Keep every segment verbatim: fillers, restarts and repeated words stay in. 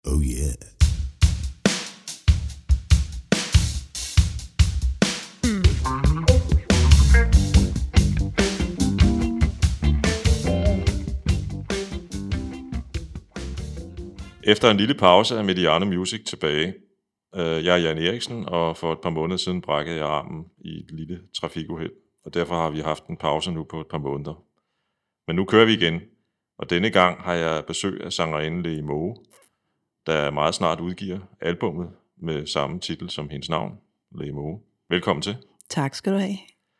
Oh yeah. Efter en lille pause er Mediano Music tilbage. Jeg er Jan Eriksen, og for et par måneder siden brækkede jeg armen i et lille trafikuheld, og derfor har vi haft en pause nu på et par måneder. Men nu kører vi igen, og denne gang har jeg besøg af sangerinden Lee Moe, der meget snart udgiver albummet med samme titel som hendes navn, Lee Moe. Velkommen til. Tak skal du have.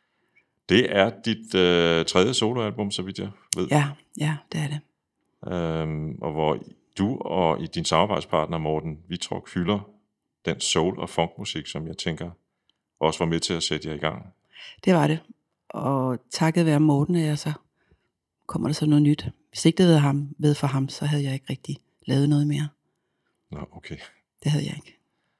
Det er dit øh, tredje soloalbum, så vidt jeg ved. Ja, ja, det er det. Øhm, og hvor du og din samarbejdspartner Morten Wittrock hylder den soul- og funkmusik, som jeg tænker også var med til at sætte jer i gang. Det var det. Og takket være Morten, at jeg så kommer der så noget nyt. Hvis ikke det havde ham, ved for ham, så havde jeg ikke rigtig lavet noget mere. Nå, okay. Det havde jeg ikke.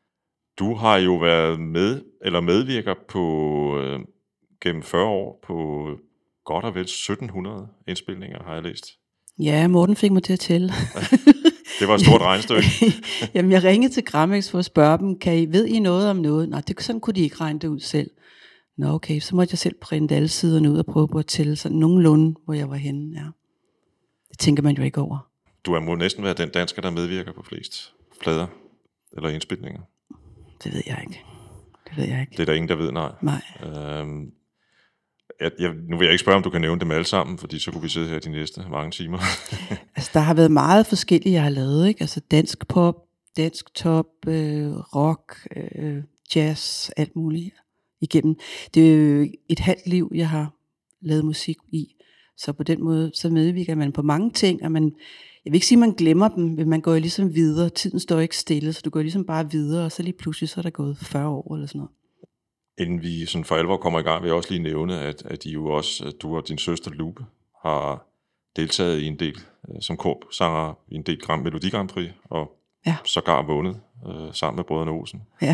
Du har jo været med, eller medvirker på øh, gennem fyrre år på godt og vel sytten hundrede indspilninger, har jeg læst. Ja, Morten fik mig til at tælle. Det var et stort regnestykke. Jamen, jeg ringede til Gramex for at spørge dem, kan I, ved I noget om noget? Nej, det, sådan kunne de ikke regne det ud selv. Nå, okay, så måtte jeg selv printe alle siderne ud og prøve på at tælle sådan nogenlunde, hvor jeg var henne. Ja. Det tænker man jo ikke over. Du må næsten være den dansker, der medvirker på flest plader eller indspilninger. Det ved jeg ikke. Det ved jeg ikke. Det er der ingen, der ved, nej. Nej. Øhm, jeg, jeg, nu vil jeg ikke spørge, om du kan nævne dem alle sammen, fordi så kunne vi sidde her de næste mange timer. Altså, der har været meget forskellige, jeg har lavet, ikke? Altså dansk pop, dansk top, øh, rock, øh, jazz, alt muligt igennem. Det er jo et halvt liv, jeg har lavet musik i. Så på den måde, så medvirker man på mange ting, og man, jeg vil ikke sige, at man glemmer dem, men man går jo ligesom videre. Tiden står ikke stille, så du går ligesom bare videre, og så lige pludselig, så er der gået fyrre år eller sådan noget. Inden vi sådan for alvor kommer i gang, vil jeg også lige nævne, at, at I jo også, at du og din søster Lupe har deltaget i en del, som korsanger i en del Grand Melodi Grand Prix, og ja. sågar vundet øh, sammen med brødrene Olsen. Ja.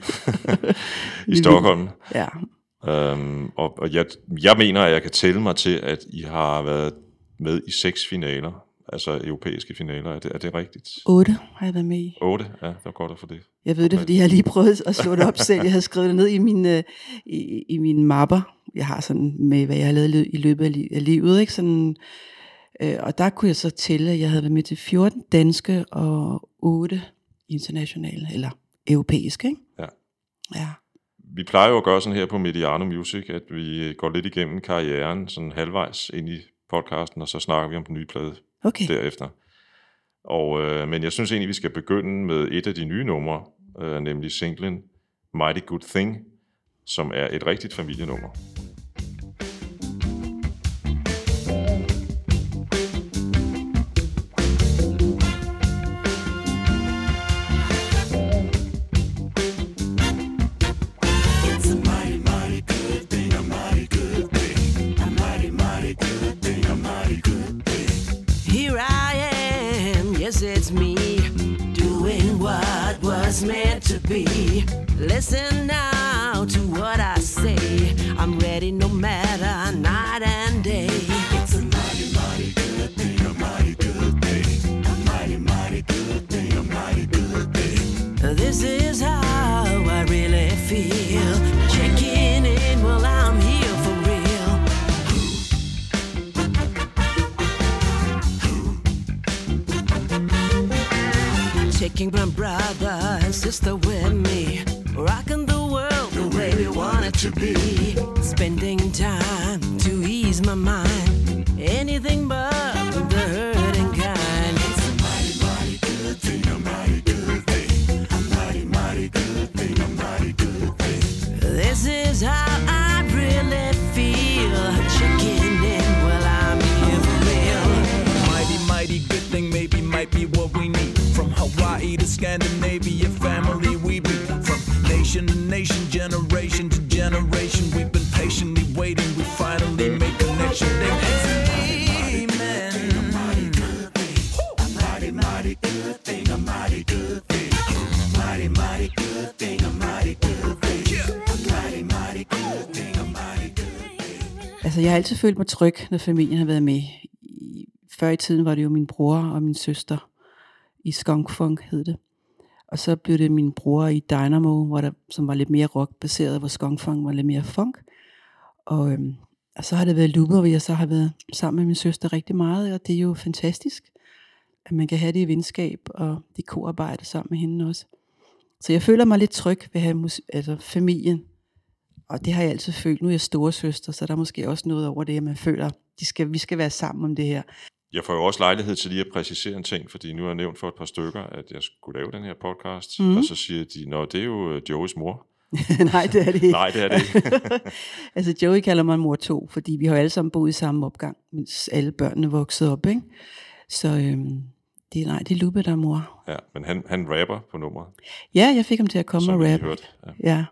I Stockholm. Ja. Øhm, og og jeg, jeg mener, at jeg kan tælle mig til, at I har været med i seks finaler, altså europæiske finaler. Er det, er det rigtigt? Otte har jeg været med i. Otte? Ja, det var godt at få det. Jeg ved det, fordi jeg har lige prøvet at slå det op selv. Jeg havde skrevet det ned i mine, i, i mine mapper. Jeg har sådan med, hvad jeg har lavet i løbet af, li- af livet. Ikke? Sådan, øh, og der kunne jeg så tælle, at jeg havde været med til fjorten danske og otte internationale, eller europæiske. Ikke? Ja. Ja. Vi plejer jo at gøre sådan her på Mediano Music, at vi går lidt igennem karrieren, sådan halvvejs ind i podcasten, og så snakker vi om den nye plade okay. derefter. Og, øh, men jeg synes egentlig, vi skal begynde med et af de nye numre, øh, nemlig singlen Mighty Good Thing, som er et rigtigt familienummer. Meant to be. Listen now to what I say. I'm ready no matter night and day. It's a mighty, mighty good thing, a mighty good thing, a mighty, mighty good thing, a mighty good thing. This is how I really feel. Checking in while I'm here for real. Taking my brother and sister with me, rocking the world the way we want it to be, spending time to ease my mind, anything but the hurting kind. It's a mighty, mighty good thing, a mighty good thing, a mighty, mighty good thing, a mighty good thing. This is how I really feel, checking in while I'm here for real. Mighty, mighty good thing, maybe might be what we need. From Hawaii to Scandinavia, family we be. From nation to nation, generation to generation, we've been patiently waiting. We finally make connection. Amen. A mighty good thing, a mighty, mighty good thing, a mighty good thing, mighty, mighty good thing, a mighty good thing, a mighty, mighty good thing, a mighty good thing. Altså, jeg har altid følt mig tryg, når familien har været med. Før i tiden var det jo min bror og min søster i Skunk Funk hed det. Og så blev det min bror i Dynamo, hvor der, som var lidt mere rock-baseret, hvor Skunk Funk var lidt mere funk. Og, øhm, og så har det været Lubber, hvor jeg så har været sammen med min søster rigtig meget, og det er jo fantastisk, at man kan have det i venskab, og det koarbejde sammen med hende også. Så jeg føler mig lidt tryg ved at have mus- altså familien, og det har jeg altid følt. Nu er jeg storesøster, så der er måske også noget over det, at man føler, de skal, vi skal være sammen om det her. Jeg får jo også lejlighed til lige at præcisere en ting, fordi nu har jeg nævnt for et par stykker, at jeg skulle lave den her podcast, mm. og så siger de, nå, det er jo Joeys mor. Nej, det er det ikke. Nej, det er det ikke. Altså Joey kalder mig mor to, fordi vi har alle sammen boet i samme opgang, mens alle børnene voksede op, ikke? Så øhm, det, nej, det er Lubbe, der er mor. Ja, men han, han rapper på nummeret. Ja, jeg fik ham til at komme Som og vi rappe. hørte, ja. Ja.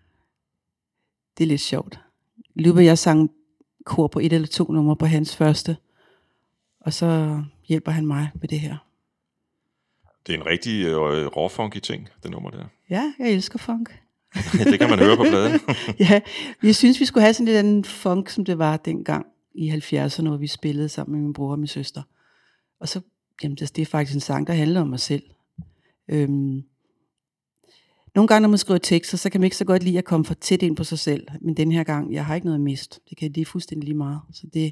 Det er lidt sjovt. Lubbe, jeg sang kor på et eller to numre på hans første, og så hjælper han mig med det her. Det er en rigtig øh, råfunky ting, det nummer der. Ja, jeg elsker funk. Det kan man høre på pladen. Ja, jeg synes, vi skulle have sådan lidt anden funk, som det var dengang i halvfjerdserne, hvor vi spillede sammen med min bror og min søster. Og så, jamen det er faktisk en sang, der handler om mig selv. Øhm, nogle gange, når man skriver tekster, så kan man ikke så godt lide at komme for tæt ind på sig selv. Men den her gang, jeg har ikke noget mist. Det kan det er fuldstændig lige meget. Så det,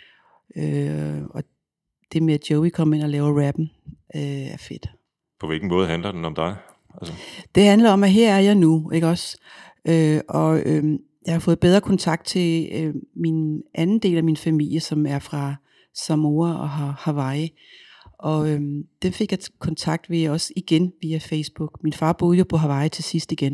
øh, og det med, at Joey kommer ind og laver rappen, øh, er fedt. På hvilken måde handler den om dig? Altså. Det handler om, at her er jeg nu, ikke også? Øh, og øh, jeg har fået bedre kontakt til øh, min anden del af min familie, som er fra Samoa og Hawaii. Og øh, den fik jeg kontakt ved også igen via Facebook. Min far boede jo på Hawaii til sidst igen.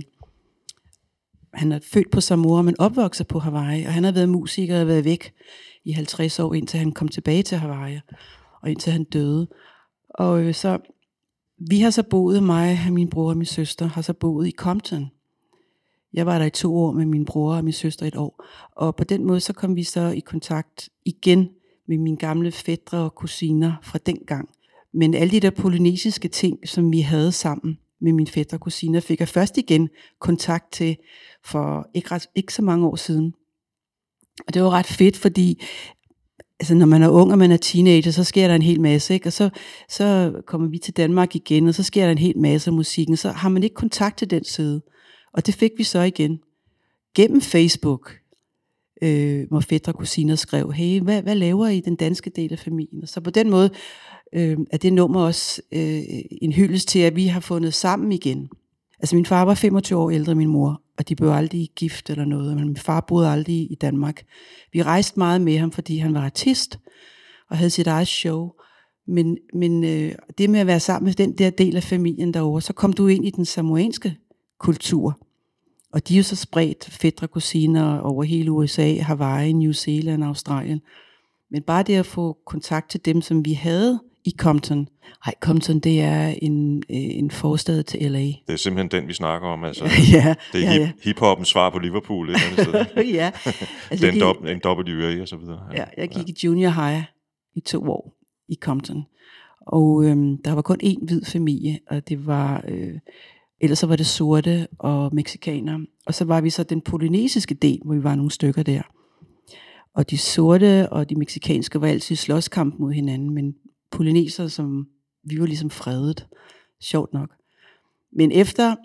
Han er født på Samoa, men opvokset på Hawaii. Og han har været musiker og været væk i halvtreds år, indtil han kom tilbage til Hawaii. Og indtil han døde. Og øh, så... Vi har så boet, mig og min bror og min søster, har så boet i Compton. Jeg var der i to år med min bror og min søster et år. Og på den måde så kom vi så i kontakt igen med mine gamle fætre og kusiner fra dengang. Men alle de der polynesiske ting, som vi havde sammen med mine fætre og kusiner, fik jeg først igen kontakt til for ikke, ret, ikke så mange år siden. Og det var ret fedt, fordi... Altså når man er ung og man er teenager, så sker der en hel masse, ikke? Og så, så kommer vi til Danmark igen, og så sker der en hel masse af musikken, så har man ikke kontakt til den side. Og det fik vi så igen. Gennem Facebook, øh, hvor fætre og kusiner skrev, hey, hvad, hvad laver I den danske del af familien? Og så på den måde øh, er det nummer også øh, en hyldest til, at vi har fundet sammen igen. Altså min far var femogtyve år ældre end min mor, og de blev aldrig gift eller noget, men min far boede aldrig i Danmark. Vi rejste meget med ham, fordi han var artist og havde sit eget show. Men, men øh, det med at være sammen med den der del af familien derovre, så kom du ind i den samoanske kultur. Og de er jo så spredt fætre kusiner over hele U S A, Hawaii, New Zealand, Australien. Men bare det at få kontakt til dem, som vi havde i Compton. Nej, Compton, det er en, en forstad til L A. Det er simpelthen den, vi snakker om. Altså. Ja, det er ja, ja. hip- hip-hoppens svar på Liverpool et eller andet sted. Ja. Altså, den gik, dob- en W A og så videre. Ja, ja jeg gik ja. i junior high i to år i Compton. Og øhm, der var kun én hvid familie, og det var... Øh, ellers så var det sorte og mexikanere. Og så var vi så den polynesiske del, hvor vi var nogle stykker der. Og de sorte og de mexikanske var altid i slåskamp mod hinanden, men polyneser, som vi var ligesom fredet. Sjovt nok. Men efter,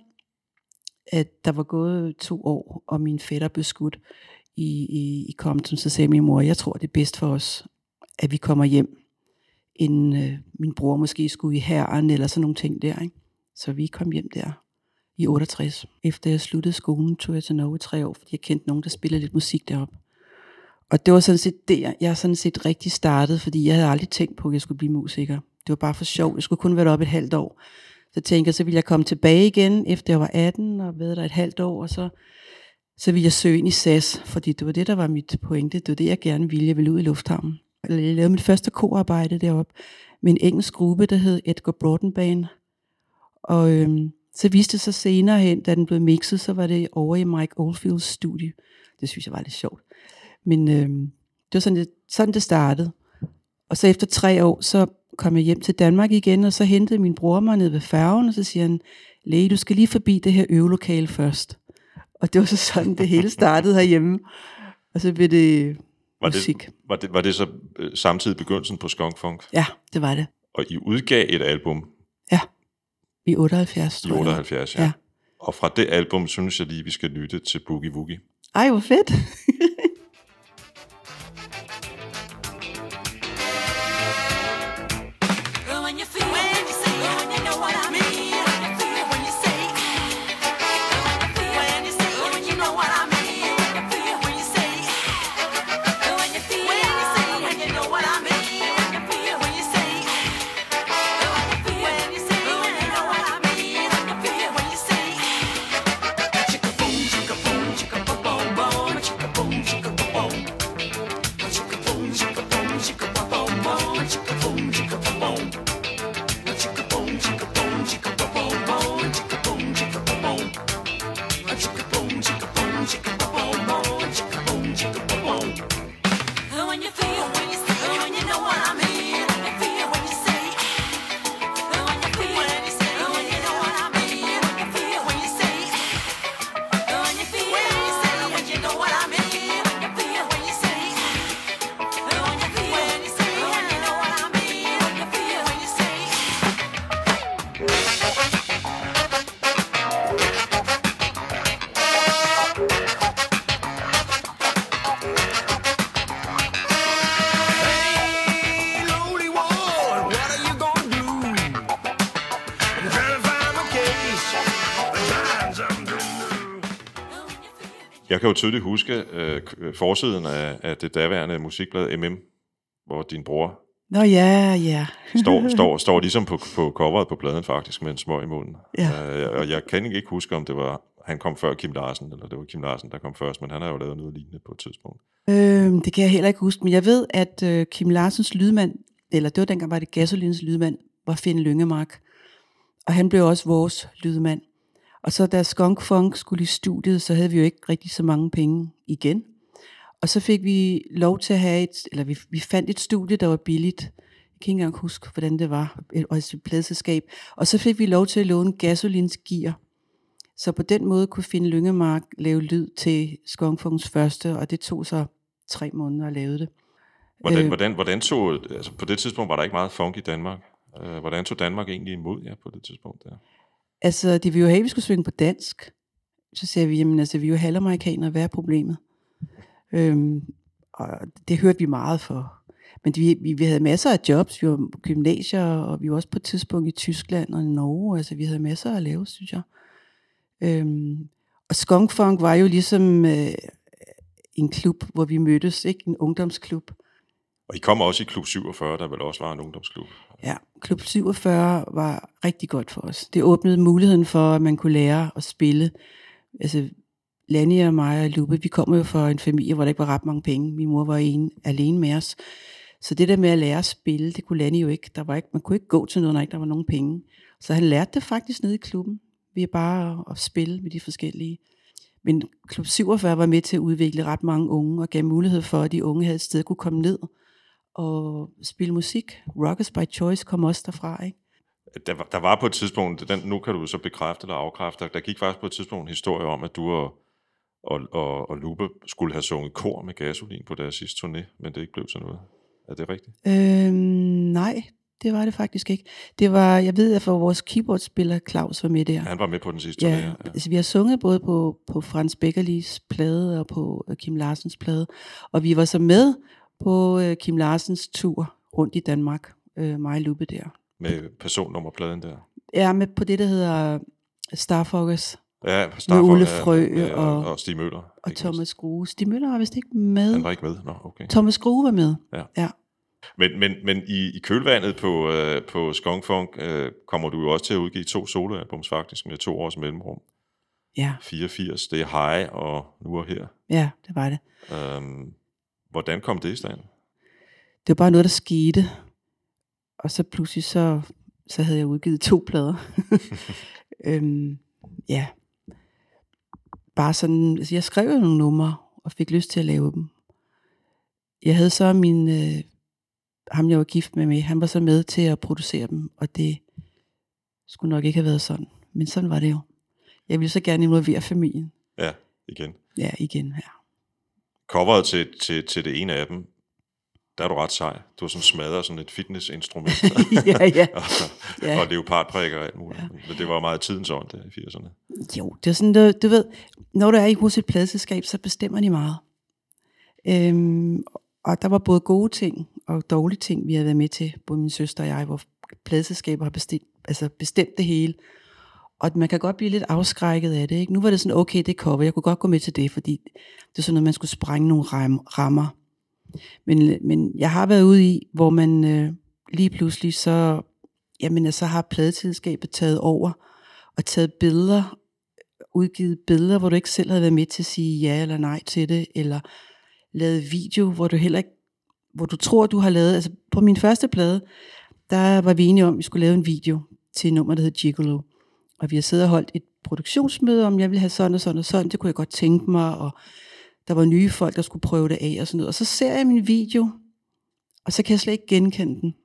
at der var gået to år, og min fætter blev skudt i, i, i Compton, så sagde min mor, jeg tror, det er bedst for os, at vi kommer hjem, inden øh, min bror måske skulle i hæren, eller sådan nogle ting der, ikke? Så vi kom hjem der i otteogtres. Efter jeg sluttede skolen, tog jeg til Norge i tre år, fordi jeg kendte nogen, der spillede lidt musik deroppe. Og det var sådan set der, jeg sådan set rigtig startede, fordi jeg havde aldrig tænkt på, at jeg skulle blive musiker. Det var bare for sjov. Jeg skulle kun være deroppe et halvt år. Så tænkte jeg, så ville jeg komme tilbage igen, efter jeg var atten, og været der et halvt år, og så, så ville jeg søge ind i S A S, fordi det var det, der var mit pointe. Det var det, jeg gerne ville. Jeg ville ud i lufthavnen. Jeg lavede mit første korarbejde deroppe med en engelsk gruppe, der hed Edgar Broughton Band. Og øhm, så viste det sig senere hen, da den blev mixet, så var det over i Mike Oldfields studie. Det synes jeg var lidt sjovt. Men øhm, det var sådan det, sådan det startede. Og så efter tre år, så kom jeg hjem til Danmark igen, og så hentede min bror mig ned ved færgen, og så siger han, Læge, du skal lige forbi det her øvelokale først. Og det var så sådan, det hele startede herhjemme. Og så blev det var musik. Det, var, det, var det så øh, samtidig begyndelsen på Skunk Funk? Ja, det var det. Og I udgav et album ja. I otteoghalvfjerds, I tror jeg. otteoghalvfjerds, ja. Ja. Og fra det album, synes jeg lige, vi skal lytte til Boogie Woogie. Ej, hvor fedt. Jeg kan jo tydeligt huske øh, forsiden af, af det daværende musikblad M M, hvor din bror Nå ja, ja. står, står, står ligesom på, på coveret på pladen faktisk, med en smøg i munden. Ja. Øh, og jeg kan ikke huske, om det var, han kom før Kim Larsen, eller det var Kim Larsen, der kom først, men han har jo lavet noget lignende på et tidspunkt. Øhm, det kan jeg heller ikke huske, men jeg ved, at øh, Kim Larsens lydmand, eller det var dengang var det Gasolins lydmand, var Finn Lyngemark. Og han blev også vores lydmand. Og så da Skunk Funk skulle i studiet, så havde vi jo ikke rigtig så mange penge igen. Og så fik vi lov til at have et, eller vi, vi fandt et studie, der var billigt. Jeg kan ikke engang huske, hvordan det var, et, et pladselskab. Og så fik vi lov til at låne Gasolins gear. Så på den måde kunne Finn Lyngemark lave lyd til Skunk Funks første, og det tog så tre måneder at lave det. Hvordan, Øh, hvordan, hvordan tog, altså på det tidspunkt var der ikke meget funk i Danmark. Øh, hvordan tog Danmark egentlig imod jer på det tidspunkt der? Altså, de ville jo have, at vi skulle synge på dansk. Så sagde vi, jamen altså, vi er jo halvamerikanere, hvad er problemet? Øhm, og det hørte vi meget for. Men vi, vi, vi havde masser af jobs, vi var på gymnasier, og vi var også på et tidspunkt i Tyskland og Norge, altså vi havde masser at lave, synes jeg. Øhm, og Skunk Funk var jo ligesom øh, en klub, hvor vi mødtes, ikke? En ungdomsklub. Og I kom også i Klub syvogfyrre, der vel også var en ungdomsklub. Ja, Klub syvogfyrre var rigtig godt for os. Det åbnede muligheden for, at man kunne lære at spille. Altså, Lanny og mig og Lupe, vi kom jo fra en familie, hvor der ikke var ret mange penge. Min mor var en, alene med os. Så det der med at lære at spille, det kunne Lanny jo ikke. Der var ikke. Man kunne ikke gå til noget, når ikke der var nogen penge. Så han lærte det faktisk nede i klubben. Vi er bare at spille med de forskellige. Men Klub syvogfyrre var med til at udvikle ret mange unge, og gav mulighed for, at de unge havde et sted at kunne komme ned og spille musik. Rockers by Choice kom også derfra, ikke? Der, var- der var på et tidspunkt, den, nu kan du så bekræfte eller afkræfte, der gik faktisk på et tidspunkt en historie om, at du og, og, og, og Lupe skulle have sunget kor med Gasolin på deres sidste turné, men det ikke blev til noget. Er det rigtigt? Øhm, nej, det var det faktisk ikke. Det var, jeg ved, at for vores keyboardspiller Claus var med der. Han var med på den sidste turné, Ja, ja. altså vi har sunget både på, på Frans Beckerlis plade og på uh, Kim Larsens plade, og vi var så med på uh, Kim Larsens tur rundt i Danmark, uh, mig og Lupe der. Med personnummerpladen der. Ja, med på det, der hedder Starfuckers Ja, med Ole ja, Frø ja, og, og Stig Møller. og ikke Thomas mindst. Grue. Stig Møller var vist ikke med. Han var ikke med? Nå, okay. Thomas Grue var med. Ja. Ja. Men, men, men i, i kølvandet på, øh, på Skunk Funk øh, kommer du jo også til at udgive to soloalbums faktisk, med to års mellemrum. Ja, fireogfirs, det er Hej og Nu og Her. ja, det var det. Øhm, hvordan kom det i stand? Det var bare noget, der skete. Og så pludselig så, så havde jeg udgivet to plader. øhm, ja. Bare sådan, altså jeg skrev jo nogle numre, og fik lyst til at lave dem. Jeg havde så min, øh, ham jeg var gift med, med, han var så med til at producere dem, og det skulle nok ikke have været sådan. Men sådan var det jo. Jeg ville så gerne involvere familien. Ja, igen. Ja, igen her. Coveret til, til, til det ene af dem, der er du ret sej. Du har sådan smadret sådan et fitnessinstrument. ja, ja. og, ja. og leopardprikker og alt muligt. Ja. Men det var meget tidens ånd, der i firserne. Jo, det er sådan, du, du ved, når du er i hos et pladeselskab, så bestemmer de meget. Øhm, og der var både gode ting og dårlige ting, vi havde været med til, både min søster og jeg, hvor pladeselskaber har bestemt, altså bestemt det hele. Og man kan godt blive lidt afskrækket af det, ikke? Nu var det sådan, okay, det er cover, jeg kunne godt gå med til det, fordi det er sådan noget, man skulle sprænge nogle ram- rammer. Men, men jeg har været ude i, hvor man øh, lige pludselig så, jamen, så har pladeselskabet taget over, og taget billeder, udgivet billeder, hvor du ikke selv havde været med til at sige ja eller nej til det, eller lavet video, hvor du heller ikke, hvor du tror, du har lavet, altså på min første plade, der var vi enige om, at vi skulle lave en video til et nummer, der hed Gigolo. Og vi har siddet og holdt et produktionsmøde om, jeg ville have sådan og sådan og sådan, det kunne jeg godt tænke mig, og der var nye folk, der skulle prøve det af og sådan noget. Og så ser jeg min video, og så kan jeg slet ikke genkende den.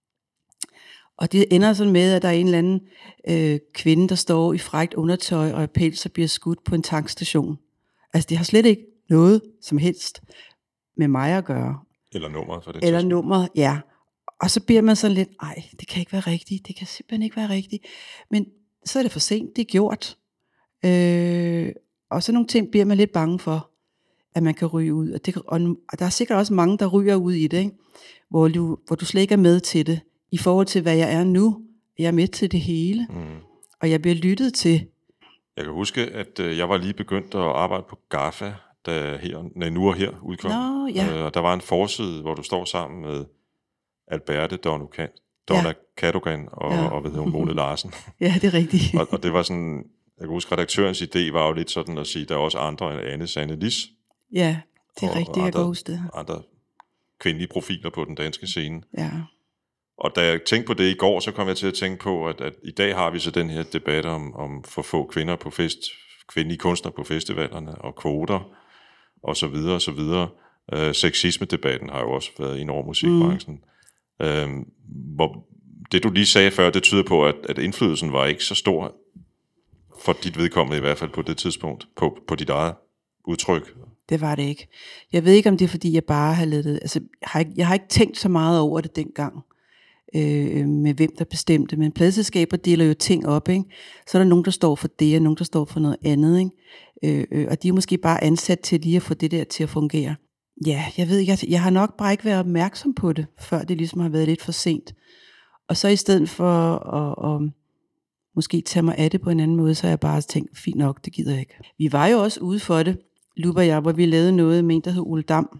Og det ender sådan med, at der er en eller anden øh, kvinde, der står i frækt undertøj og pels og bliver skudt på en tankstation. Altså det har slet ikke noget som helst med mig at gøre. Eller nummeret for det. Eller nummeret, ja. Og så bliver man sådan lidt, ej, det kan ikke være rigtigt, det kan simpelthen ikke være rigtigt. Men så er det for sent, det er gjort. Øh, og så nogle ting bliver man lidt bange for, at man kan ryge ud. Og, det, og der er sikkert også mange, der ryger ud i det, ikke? Hvor, du, hvor du slet ikke er med til det. I forhold til, hvad jeg er nu. Jeg er med til det hele. Mm. Og jeg bliver lyttet til. Jeg kan huske, at øh, jeg var lige begyndt at arbejde på GAFFA, da her, nej, nu og her udkom. Nå, ja. øh, og der var en forside, hvor du står sammen med Alberte Donukan, Donna ja. Cadogan og, ja. og, og hvad hedder hun, Mone Larsen. Ja, det er rigtigt. og, og det var sådan, jeg kan huske, redaktørens idé var jo lidt sådan at sige, der er også andre end Anne Sanne Lis. Ja, det er og, rigtigt, og jeg andre, kan huske det. andre kvindelige profiler på den danske scene. Ja. Og da jeg tænkte på det i går, så kom jeg til at tænke på, at, at i dag har vi så den her debat om, om for få kvinder på fest, kvindelige kunstnere på festivalerne, og kvoter, og så videre, og så videre. Øh, sexisme-debatten har jo også været ind over musikbranchen. Mm. Øh, hvor, det du lige sagde før, det tyder på, at, at indflydelsen var ikke så stor, for dit vedkommende i hvert fald på det tidspunkt, på, på dit eget udtryk. Det var det ikke. Jeg ved ikke, om det er, fordi jeg bare har ladet det, altså, jeg har ikke, jeg har ikke tænkt så meget over det dengang, øh, med hvem der bestemte, men pladeselskaber deler jo ting op, ikke? Så er der nogen, der står for det, og nogen, der står for noget andet, ikke? Øh, øh, og de er måske bare ansat til lige at få det der til at fungere. Ja, jeg ved ikke, jeg, jeg har nok bare ikke været opmærksom på det, før det ligesom har været lidt for sent. Og så i stedet for at, at måske tage mig af det på en anden måde, så har jeg bare tænkt, fint nok, det gider jeg ikke. Vi var jo også ude for det, Luba og jeg, hvor vi lavede noget med en, der hed Ole Dam.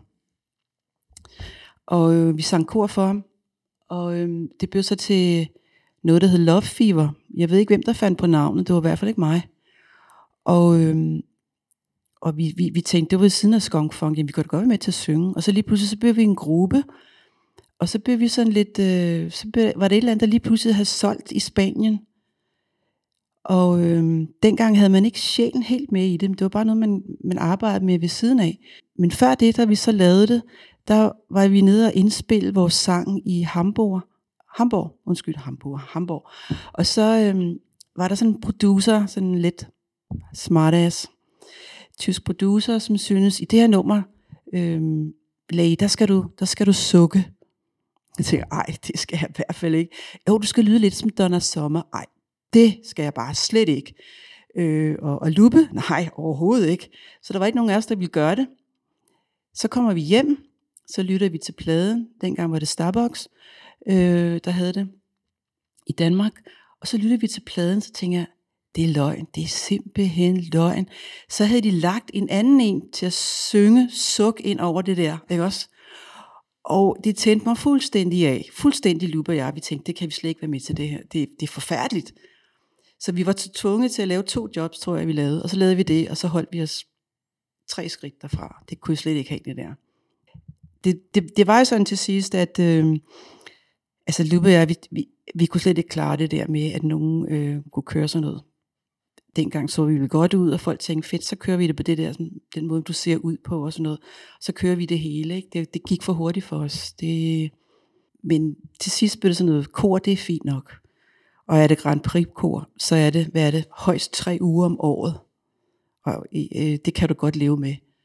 Og øh, vi sang kor for ham. Og øh, det blev så til noget, der hed Love Fever. Jeg ved ikke, hvem der fandt på navnet. Det var i hvert fald ikke mig. Og, øh, og vi, vi, vi tænkte, det var i siden af Skunk Funk. Jamen, vi kunne da godt være med til at synge. Og så lige pludselig, så blev vi en gruppe. Og så blev vi sådan lidt... Øh, så blev, var det et eller andet, der lige pludselig havde solgt i Spanien. Og øh, dengang havde man ikke sjælen helt med i det. Det var bare noget, man, man arbejdede med ved siden af. Men før det, da vi så lavede det, der var vi nede og indspille vores sang i Hamburg. Hamburg, undskyld, Hamburg, Hamburg. Og så øh, var der sådan en producer, sådan en lidt smartass, tysk producer, som synes, i det her nummer, øh, Lay, der skal du, der skal du sukke. Jeg tænker, ej, det skal jeg i hvert fald ikke. Jo, du skal lyde lidt som Donna Summer. Ej, det skal jeg bare slet ikke. Øh, og, og Luppe? Nej, overhovedet ikke. Så der var ikke nogen af os, der ville gøre det. Så kommer vi hjem, så lytter vi til pladen. Dengang var det Starbucks, øh, der havde det i Danmark. Og så lytter vi til pladen, så tænker jeg, det er løgn, det er simpelthen løgn. Så havde de lagt en anden en til at synge suk ind over det der, ikke også? Og det tændte mig fuldstændig af. Fuldstændig Luppe og jeg. Vi tænkte, det kan vi slet ikke være med til det her. Det, det er forfærdeligt. Så vi var tvunget til at lave to jobs, tror jeg, vi lavede. Og så lavede vi det, og så holdt vi os tre skridt derfra. Det kunne jeg slet ikke have det der. Det, det, det var jo sådan til sidst, at øh, altså Luppe og jeg, vi, vi, vi kunne slet ikke klare det der med, at nogen øh, kunne køre sådan noget. Dengang så vi det godt ud, og folk tænkte, fedt, så kører vi det på det der, sådan, den måde, du ser ud på og sådan noget. Så kører vi det hele, ikke? Det, det gik for hurtigt for os. Det, men til sidst blev det sådan noget, kor, det er fint nok. Og er det Grand Prix-kor, så er det, hvad er det, højst tre uger om året. Og øh, det kan du godt leve med.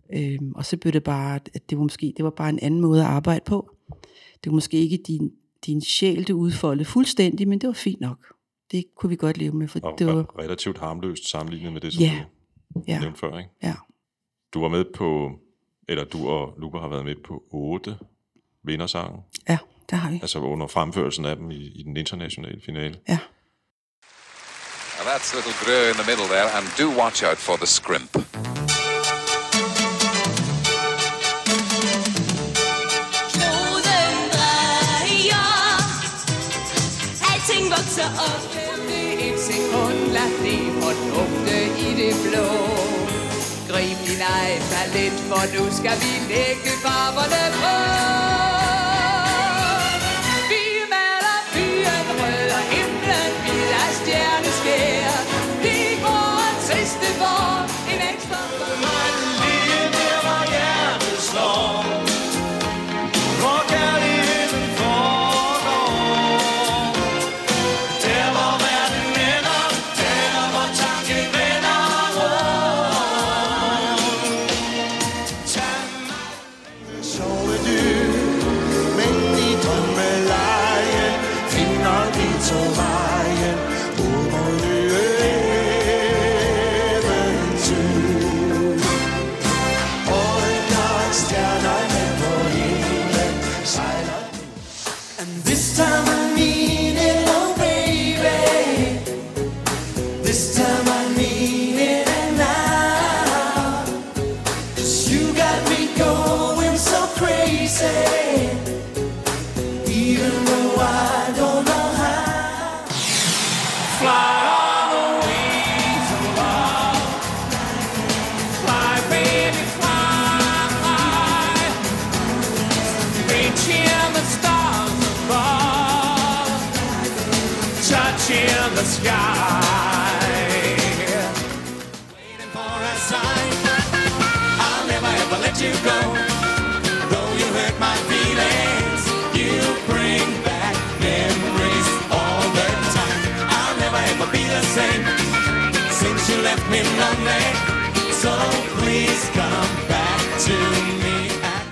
Øhm, og så blev det bare, at det var måske det var bare en anden måde at arbejde på. Det var måske ikke din, din sjæl, du udfoldede fuldstændig, men det var fint nok. Det kunne vi godt leve med. For Og det var relativt harmløst sammenlignet med det, som ja, du ja, nævnte før, ikke? ja. Du var med på, eller du og Luca har været med på otte vindersange. Ja, der har vi. Altså under fremførelsen af dem i, i den internationale finale. Ja. And that's little Grø in the middle there, and do watch out for the scrimp. Kloden drejer, alting vokser op. Et sekund, lad det fordufte i det blå. Grib din egen talent, for nu skal vi lægge farverne på. Vi maler byen rød og himlen hvid af stjerneskær. Vi går en triste vor, en ekstra for. Lige der, hvor hjertet slår, hvor kærligheden foregår. Der, hvor verden ender, der, hvor tanken vender rundt. Tag mig sove dyb, men i drømmelejen finder vi to vejen ud mod nye eventyr. Og en gang stjernerne på himlen sejler. And this time I mean it, oh baby. This time I mean it and now. 'Cause you got me going so crazy. Even though I don't know how. Fly on the wings of love. Fly, baby, fly. Reaching the stars above. Touching the sky. Waiting for a sign. I'll never ever let you go. Though you hurt my feelings, you bring back memories all the time. I'll never ever be the same since you left me lonely. So please come back to me again.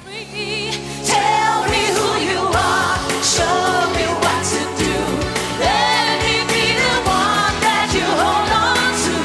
Tell me who you are, show me what to do. Let me be the one that you hold on to.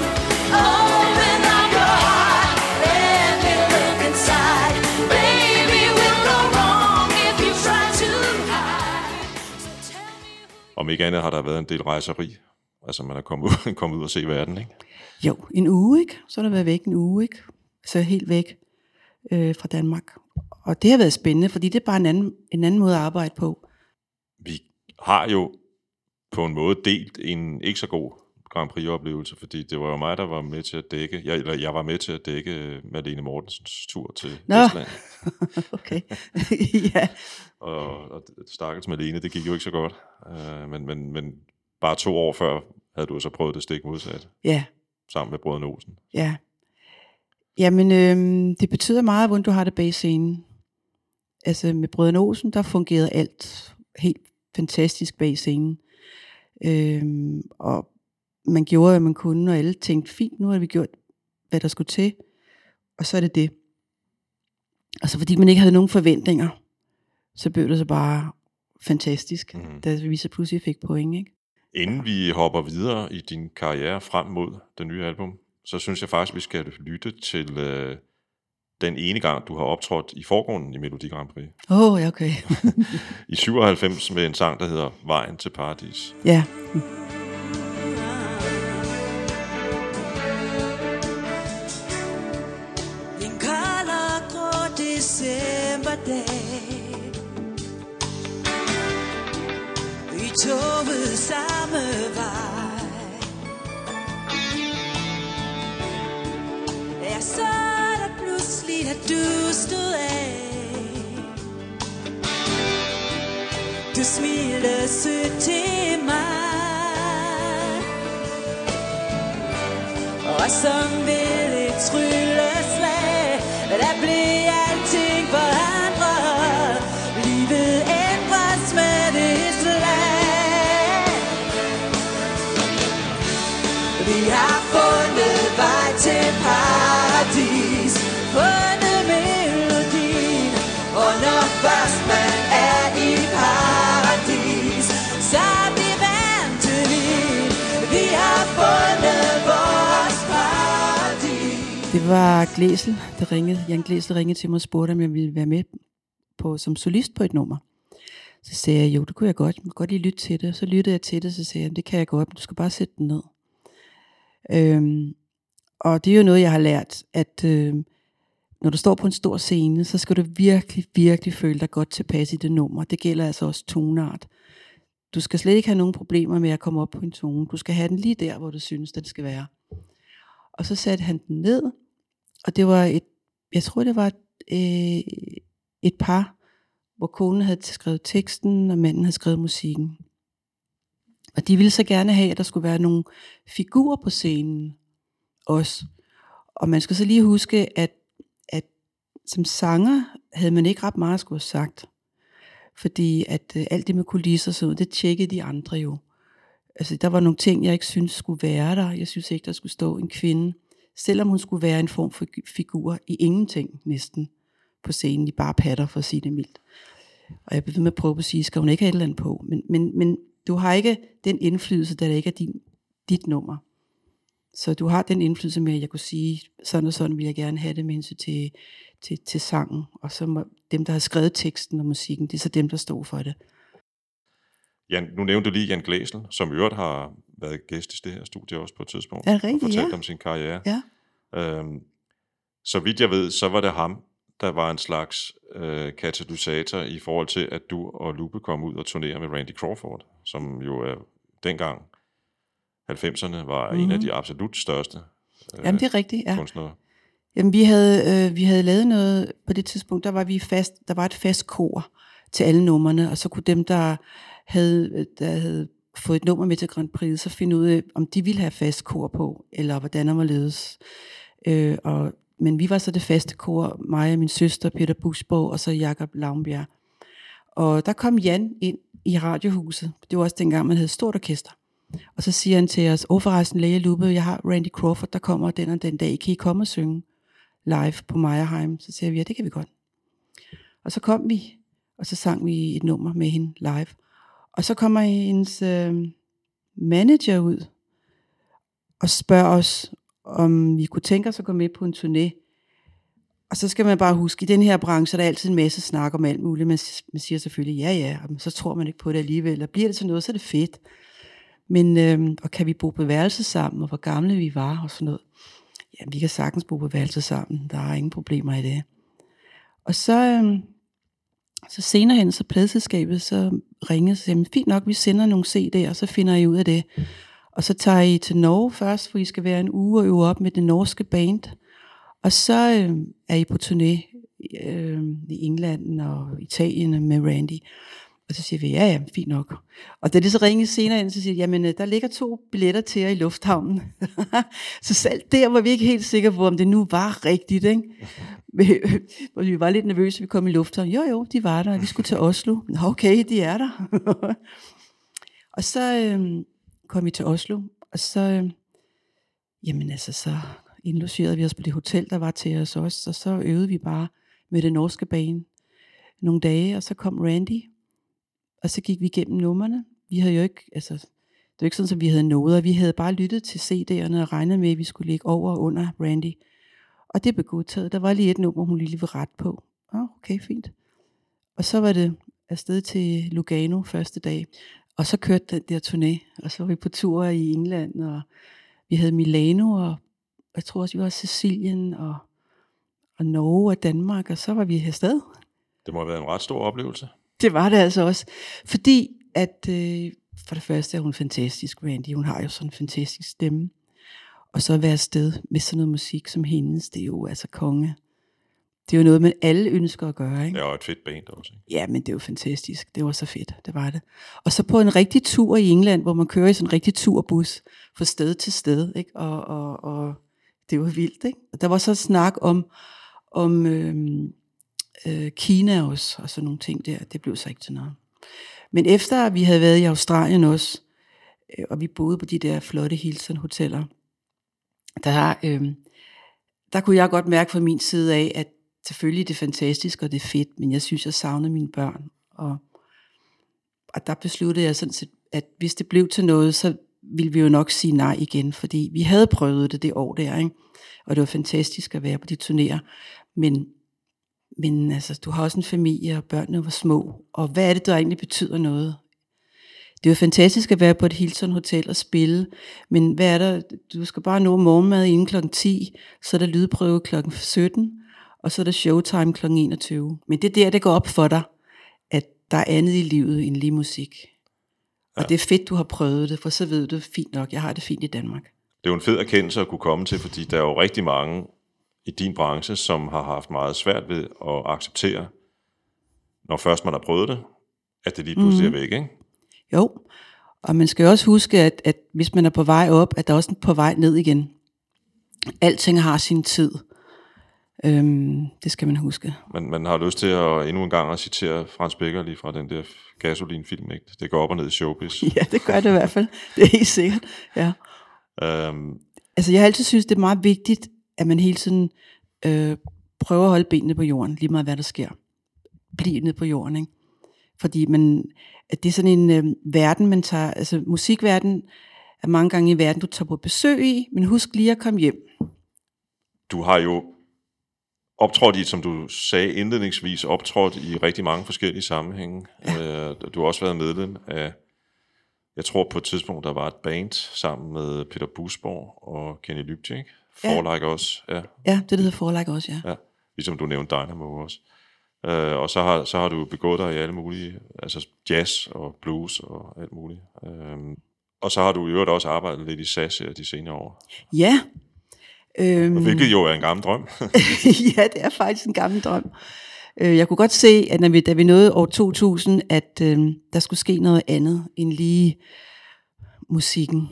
Open up your heart, let me look inside. Baby, we'll go wrong if you try to hide. So tell me who. Om ikke andet har der været en del rejseri. Altså man er kommet ud, kommet ud og se verden, ikke? Jo, en uge, ikke? Så har der været væk en uge, ikke? Så helt væk øh, fra Danmark. Og det har været spændende, fordi det er bare en anden, en anden måde at arbejde på. Vi har jo på en måde delt en ikke så god Grand Prix-oplevelse, fordi det var jo mig, der var med til at dække, jeg, eller jeg var med til at dække Malene Mortensens tur til Nå. Estland. Okay, ja. Og, og stakkels Malene, det gik jo ikke så godt. Uh, men, men, men bare to år før havde du så prøvet det stik modsat, Ja, sammen med brødrene Olsen. ja. Jamen, øhm, det betyder meget, hvordan du har det bag scenen. Altså med Brødrene Olsen, der fungerede alt helt fantastisk bag scenen. Øhm, og man gjorde, hvad man kunne, og alle tænkte, fint, nu har vi gjort, hvad der skulle til. Og så er det det. Og så fordi man ikke havde nogen forventninger, så blev det så bare fantastisk, Mhm. da vi så pludselig fik point, ikke? Inden vi hopper videre i din karriere frem mod det nye album, så synes jeg faktisk, vi skal lytte til øh, den ene gang, du har optrådt i forgrunden i Melodi Grand Prix. Åh, oh, ja, okay. I syvoghalvfems med en sang, der hedder Vejen til Paradis. Ja. En kold og grå decemberdag. Vi tog samme vej. Jeg så der pludselig, at du stod af. Du smilte sødt til mig. Og som ved et trylleslag, der blev alting forandret. Livet ændres med et slag. Vi har fundet vej til paradis. Det var Glæsel, der ringede. Jan Glæsel ringede til mig og spurgte, om jeg ville være med på, som solist på et nummer. Så sagde jeg, jo, det kunne jeg godt. Jeg kunne godt lige lytte til det. Så lyttede jeg til det, så sagde jeg, det kan jeg godt, men du skal bare sætte den ned. Øhm, og det er jo noget, jeg har lært, at øh, når du står på en stor scene, så skal du virkelig, virkelig føle dig godt tilpas i det nummer. Det gælder altså også toneart. Du skal slet ikke have nogen problemer med at komme op på en tone. Du skal have den lige der, hvor du synes, det skal være. Og så satte han den ned, og det var et, jeg tror det var et, øh, et par, hvor konen havde skrevet teksten, og manden havde skrevet musikken. Og de ville så gerne have, at der skulle være nogle figurer på scenen også. Og man skal så lige huske, at, at som sanger havde man ikke ret meget at skulle have sagt. Fordi at øh, alt det med kulisser og sådan noget, det tjekkede de andre jo. Altså der var nogle ting, jeg ikke synes skulle være der. Jeg synes ikke, der skulle stå en kvinde, selvom hun skulle være en form for figur i ingenting næsten på scenen, i bare patter, for at sige det mildt. Og jeg blev ved med at prøve at sige, skal hun ikke have et eller andet på? Men, men, men du har ikke den indflydelse, da det ikke er din, dit nummer. Så du har den indflydelse med, at jeg kunne sige, sådan og sådan vil jeg gerne have det med hensyn til, til, til sangen. Og så må dem, der har skrevet teksten og musikken, det er så dem, der står for det. Jan, nu nævnte du lige Jan Glæsel, som i øvrigt har været gæst i det her studie også på et tidspunkt. Er det rigtigt? Og fortalt Ja. om sin karriere. Ja. Øhm, så vidt jeg ved, så var det ham, der var en slags øh, katalysator i forhold til, at du og Lupe kom ud og turnerede med Randy Crawford, som jo er dengang halvfemserne var mm-hmm. en af de absolut største øh, Jamen det er rigtigt, ja. kunstnere. Jamen vi havde, øh, vi havde lavet noget på det tidspunkt, der var vi fast, der var et fast kor til alle numrene, og så kunne dem, der havde, der havde fået et nummer med til Grand Prix, så finde ud af, om de ville have fast kor på, eller hvordan der var ledes. Øh, og, men vi var så det faste kor, mig og min søster, Peter Buschborg, og så Jakob Laumbjerg. Og der kom Jan ind i radiohuset, det var også dengang, man havde et stort orkester. Og så siger han til os, åh forresten, Læge Lupe, jeg har Randy Crawford, der kommer den og den dag, kan I komme og synge live på Meyerheim? Så siger vi, ja, det kan vi godt. Og så kom vi, og så sang vi et nummer med hende live. Og så kommer hendes øh, manager ud og spørger os, om vi kunne tænke os at gå med på en turné. Og så skal man bare huske, i den her branche, der er altid en masse snak om alt muligt. Man, man siger selvfølgelig, ja ja, men så tror man ikke på det alligevel. Og bliver det til noget, så er det fedt. Men, øh, og kan vi bo på værelse sammen, og hvor gamle vi var, og sådan noget. Ja, vi kan sagtens bo på værelse sammen. Der er ingen problemer i det. Og så... Øh, Så senere hen, så pladeselskabet, så ringede og sagde, fint nok, vi sender nogle C D'er, og så finder I ud af det. Og så tager I til Norge først, for I skal være en uge og øve op med det norske band. Og så øh, er I på turné øh, i England og Italien med Randy. Og så siger vi, ja ja, fint nok. Og da det så ringede senere hen, så siger jeg, jamen der ligger to billetter til jer i lufthavnen. Så selv der var vi ikke helt sikre på, om det nu var rigtigt, ikke? Hvor vi var lidt nervøse, vi kom i lufthavnen. Jo jo, de var der, og vi skulle til Oslo. Nå okay, de er der. Og så øh, kom vi til Oslo, og så, øh, jamen altså, så indlogerede vi os på det hotel, der var til os også, og så øvede vi bare med det norske band nogle dage, og så kom Randy, og så gik vi igennem numrene. Vi havde jo ikke, altså, det var ikke sådan, at vi havde noder, vi havde bare lyttet til C D'erne og regnet med, at vi skulle ligge over og under Randy. Og det blev godtaget. Der var lige et nummer, hun lige ville ret på. Oh, okay, fint. Og så var det afsted til Lugano første dag. Og så kørte den der turné. Og så var vi på tur i England, og vi havde Milano, og jeg tror også, vi var i Sicilien, og, og Norge og Danmark, og så var vi afsted. Det må have været en ret stor oplevelse. Det var det altså også. Fordi at, øh, for det første er hun fantastisk, Randy. Hun har jo sådan en fantastisk stemme. Og så at være afsted med sådan noget musik som hendes, det er jo altså konge. Det er jo noget, man alle ønsker at gøre, ikke? Ja, og et fedt band også. Ikke? Ja, men det er jo fantastisk. Det var så fedt, det var det. Og så på en rigtig tur i England, hvor man kører i sådan en rigtig turbus fra sted til sted, ikke? Og, og, og det var vildt, ikke? Og der var så snak om, om øhm, øh, Kina også, og sådan nogle ting der. Det blev så ikke til noget. Men efter vi havde været i Australien også, øh, og vi boede på de der flotte Hilton-hoteller, Der, øh, der kunne jeg godt mærke fra min side af, at selvfølgelig det er fantastisk, og det er fedt, men jeg synes, jeg savner mine børn. Og, og der besluttede jeg sådan set, at hvis det blev til noget, så ville vi jo nok sige nej igen, fordi vi havde prøvet det det år der, ikke? Og det var fantastisk at være på de turnéer, men, men altså, du har også en familie, og børnene var små, og hvad er det, der egentlig betyder noget? Det er jo fantastisk at være på et Hilton Hotel og spille, men hvad er der? Du skal bare nå morgenmad inden klokken ti, så er der lydprøve klokken sytten, og så er der showtime klokken enogtyve. Men det er der, det går op for dig, at der er andet i livet end lige musik. Og ja. Det er fedt, du har prøvet det, for så ved du, fint nok, jeg har det fint i Danmark. Det er jo en fed erkendelse at kunne komme til, fordi der er jo rigtig mange i din branche, som har haft meget svært ved at acceptere, når først man har prøvet det, at det lige pludselig mm. er væk, ikke? Jo, og man skal jo også huske, at, at hvis man er på vej op, at der er også på vej ned igen. Alting har sin tid. Øhm, det skal man huske. Man, man har lyst til at endnu en gang at citere Frans Becker lige fra den der Gasolin-film, ikke? Det går op og ned i showbiz. Ja, det gør det i hvert fald. Det er helt sikkert, ja. Øhm. Altså, jeg har altid synes, det er meget vigtigt, at man hele tiden øh, prøver at holde benene på jorden, lige meget hvad der sker. Bliv ned på jorden, ikke? Fordi man, at det er sådan en øh, verden, man tager, altså musikverden er mange gange i verden, du tager på besøg i, men husk lige at komme hjem. Du har jo optrådt i, som du sagde indledningsvis, optrådt i rigtig mange forskellige sammenhænge. Ja. Øh, du har også været medlem af, jeg tror på et tidspunkt, der var et band sammen med Peter Busborg og Kenny Lybjek. For Like Us. Ja. Ja, det hedder For Like Us, ja. ja. Ligesom du nævnte Dynamo også. Uh, og så har, så har du begået dig i alle mulige, altså jazz og blues og alt muligt. Uh, og så har du i øvrigt også arbejdet lidt i S A S her de senere år. Ja. Øhm, Hvilket jo er en gammel drøm. Ja, det er faktisk en gammel drøm. Jeg kunne godt se, at når vi, da vi nåede år to tusind, at øhm, der skulle ske noget andet end lige musikken.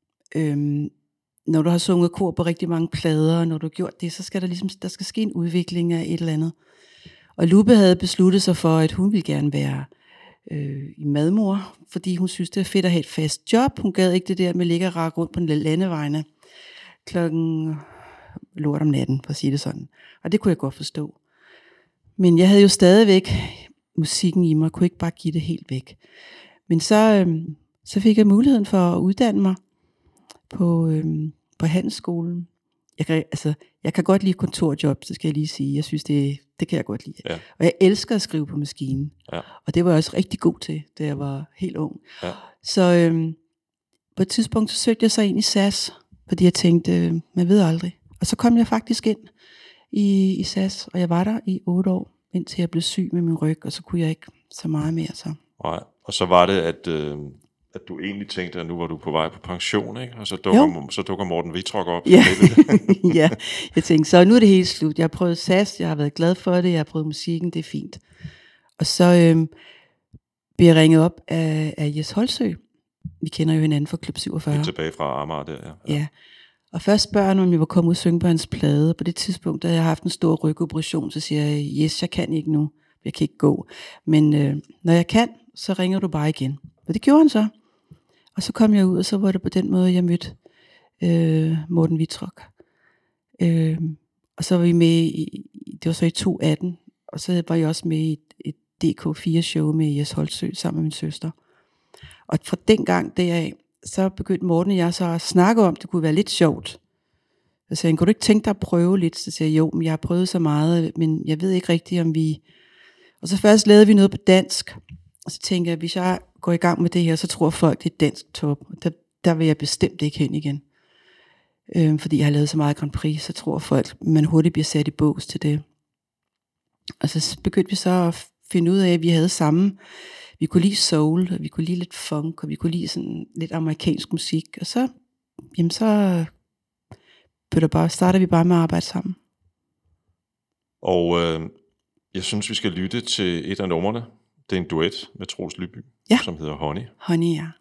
Øhm, når du har sunget kor på rigtig mange plader, når du har gjort det, så skal der ligesom, der skal ske en udvikling af et eller andet. Og Lupe havde besluttet sig for, at hun ville gerne være øh, i madmor, fordi hun synes, det er fedt at have et fast job. Hun gad ikke det der med at ligge og rakke rundt på den landevejene klokken lort om natten, for at sige det sådan. Og det kunne jeg godt forstå. Men jeg havde jo stadigvæk musikken i mig, kunne ikke bare give det helt væk. Men så, øhm, så fik jeg muligheden for at uddanne mig på, øhm, på handelsskolen. Jeg kan, altså, jeg kan godt lide kontorjob, så skal jeg lige sige. Jeg synes, det, det kan jeg godt lide. Ja. Og jeg elsker at skrive på maskinen. Ja. Og det var jeg også rigtig god til, da jeg var helt ung. Ja. Så øhm, på et tidspunkt, så søgte jeg så ind i S A S, fordi jeg tænkte, øh, man ved aldrig. Og så kom jeg faktisk ind i, i S A S, og jeg var der i otte år, indtil jeg blev syg med min ryg, og så kunne jeg ikke så meget mere. Så. Nej. Og så var det, at, øh, at du egentlig tænkte, at nu var du på vej på pension, ikke? Og så dukker, så dukker Morten Wittrock op. Ja. Ja, jeg tænkte, så nu er det helt slut. Jeg har prøvet S A S, jeg har været glad for det, jeg har prøvet musikken, det er fint. Og så øh, blev jeg ringet op af, af Jes Holtsø. Vi kender jo hinanden fra Klub syvogfyrre. Helt tilbage fra Amager der, ja. Ja. Og først spørger han, om jeg var kommet ud og synge på hans plade. På det tidspunkt, da jeg har haft en stor rygoperation, så siger jeg, yes, jeg kan ikke nu. Jeg kan ikke gå. Men øh, når jeg kan, så ringer du bare igen. Og det gjorde han så. Og så kom jeg ud, og så var det på den måde, jeg mødte øh, Morten Wittrock. Øh, og så var vi med i, det var så i to tusind atten, og så var jeg også med i et, et D K fire show med Jes Holtsø sammen med min søster. Og fra den gang deraf, så begyndte Morten og jeg så at snakke om, det kunne være lidt sjovt. Så sagde han, kunne du ikke tænke dig at prøve lidt? Så sagde jeg, jo, men jeg har prøvet så meget, men jeg ved ikke rigtigt, om vi... Og så først lavede vi noget på dansk, og så tænkte jeg, hvis jeg går i gang med det her, så tror folk, det er dansk top. Der, der vil jeg bestemt ikke hen igen. Øhm, fordi jeg har lavet så meget Grand Prix, så tror folk, man hurtigt bliver sat i bås til det. Og så begyndte vi så at finde ud af, at vi havde samme... Vi kunne lide soul, og vi kunne lide lidt funk, og vi kunne lide sådan lidt amerikansk musik. Og så, jamen så der bare, starter vi bare med at arbejde sammen. Og øh, jeg synes, vi skal lytte til et af numrene. Det er en duet med Troels Lyby, ja. Som hedder Honey. Honey, ja.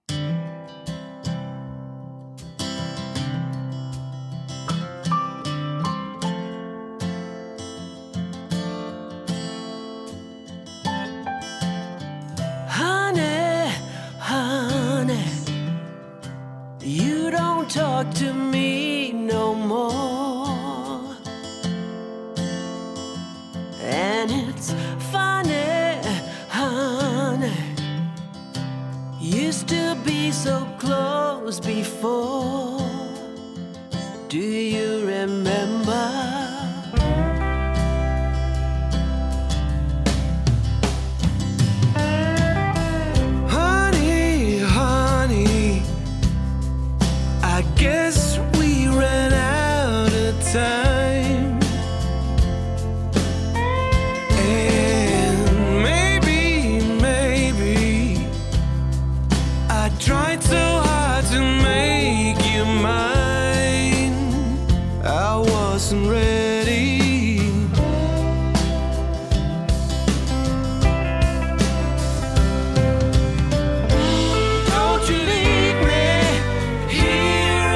Talk to me no more. And it's funny, honey, used to be so close rose before. Do you remember? Honey, honey, I guess we ran out of time. And maybe, maybe I tried so hard to make you mine. I wasn't ready. Don't you leave me here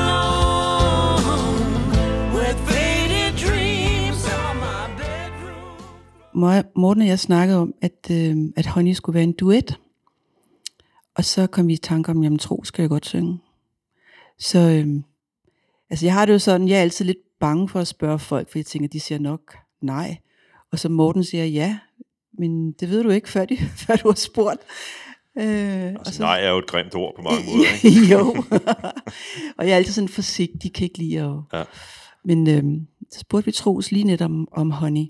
alone with faded dreams on my bedroom. Mo- Morten og jeg snakkede om, at, øh, at Honey skulle være en duet. Og så kom vi i tanke om, jamen tro skal jeg godt synge. Så øh, altså jeg har det jo sådan, jeg er altid lidt bange for at spørge folk, for jeg tænker, de siger nok nej. Og så Morten siger ja, men det ved du ikke, før, de, før du har spurgt. Øh, og Altså, så, nej er jo et grimt ord på mange måder, ikke? jo. Og jeg er altid sådan forsigtig, kan ikke lide at... Ja. Men øh, så spurgte vi Troels lige net om, om Honey.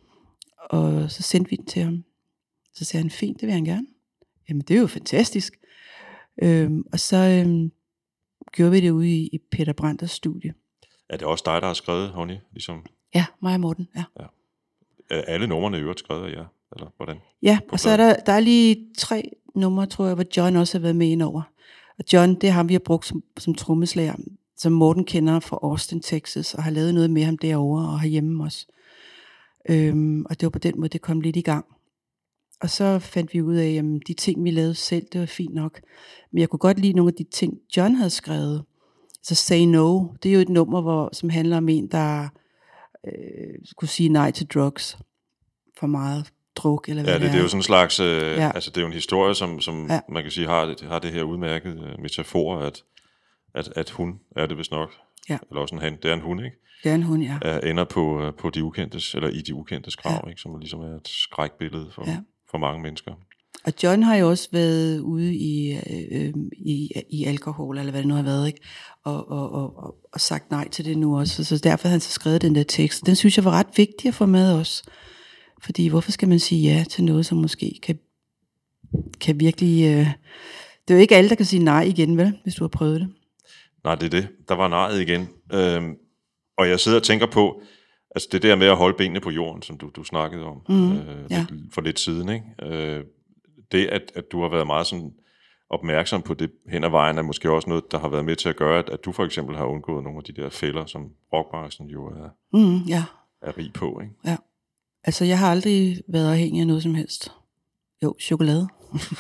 Og så sendte vi den til ham. Så sagde han, fint, det vil han gerne. Jamen, det er jo fantastisk. Øhm, og så øhm, gjorde vi det ude i, i Peter Branders studie. Er det også dig, der har skrevet, Honey? Ligesom, Ja, mig og Morten, ja. er alle numrene i øvrigt skrevet af jer? Eller hvordan? Ja, og så er der, der er lige tre numre, tror jeg, hvor John også har været med ind over. Og John, det er ham, vi har brugt som, som trommeslager, som Morten kender fra Austin, Texas, og har lavet noget med ham derovre og herhjemme også. Øhm, og det var på den måde, det kom lidt i gang. Og så fandt vi ud af, at de ting, vi lavede selv, det var fint nok. Men jeg kunne godt lide nogle af de ting, John havde skrevet. Så Say No, det er jo et nummer, hvor, som handler om en, der øh, skulle sige nej til drugs. For meget druk, eller hvad Ja, det, det er. det er jo sådan en slags, øh, Ja. altså det er jo en historie, som, som Ja. man kan sige har det, har det her udmærkede øh, metafor, at, at, at hun er det vist nok, Ja. eller også en han, det er en hun, ikke? Det er en hund, ja. Er, ender på, øh, på de ukendtes, eller i de ukendtes grav, ja. Ikke? Som ligesom er et skrækbillede for, Ja. for mange mennesker. Og John har jo også været ude i, øh, i, i alkohol, eller hvad det nu har været, ikke? Og, og, og, og, og sagt nej til det nu også. Så derfor har han så skrevet den der tekst. Den synes jeg var ret vigtig at få med også. Fordi hvorfor skal man sige ja til noget, som måske kan, kan virkelig... Øh... Det er jo ikke alle, der kan sige nej igen, vel? Hvis du har prøvet det. Nej, det er det. Der var nejet igen. Øhm, og jeg sidder og tænker på, altså det der med at holde benene på jorden, som du, du snakkede om Mhm, øh, ja. lidt, for lidt siden, ikke? Øh, det, at, at du har været meget sådan opmærksom på det hen ad vejen, er måske også noget, der har været med til at gøre, at, at du for eksempel har undgået nogle af de der fælder, som rockbranchen jo er, Mm, ja. er rig på, ikke? Ja. Altså, jeg har aldrig været afhængig af noget som helst. Jo, chokolade.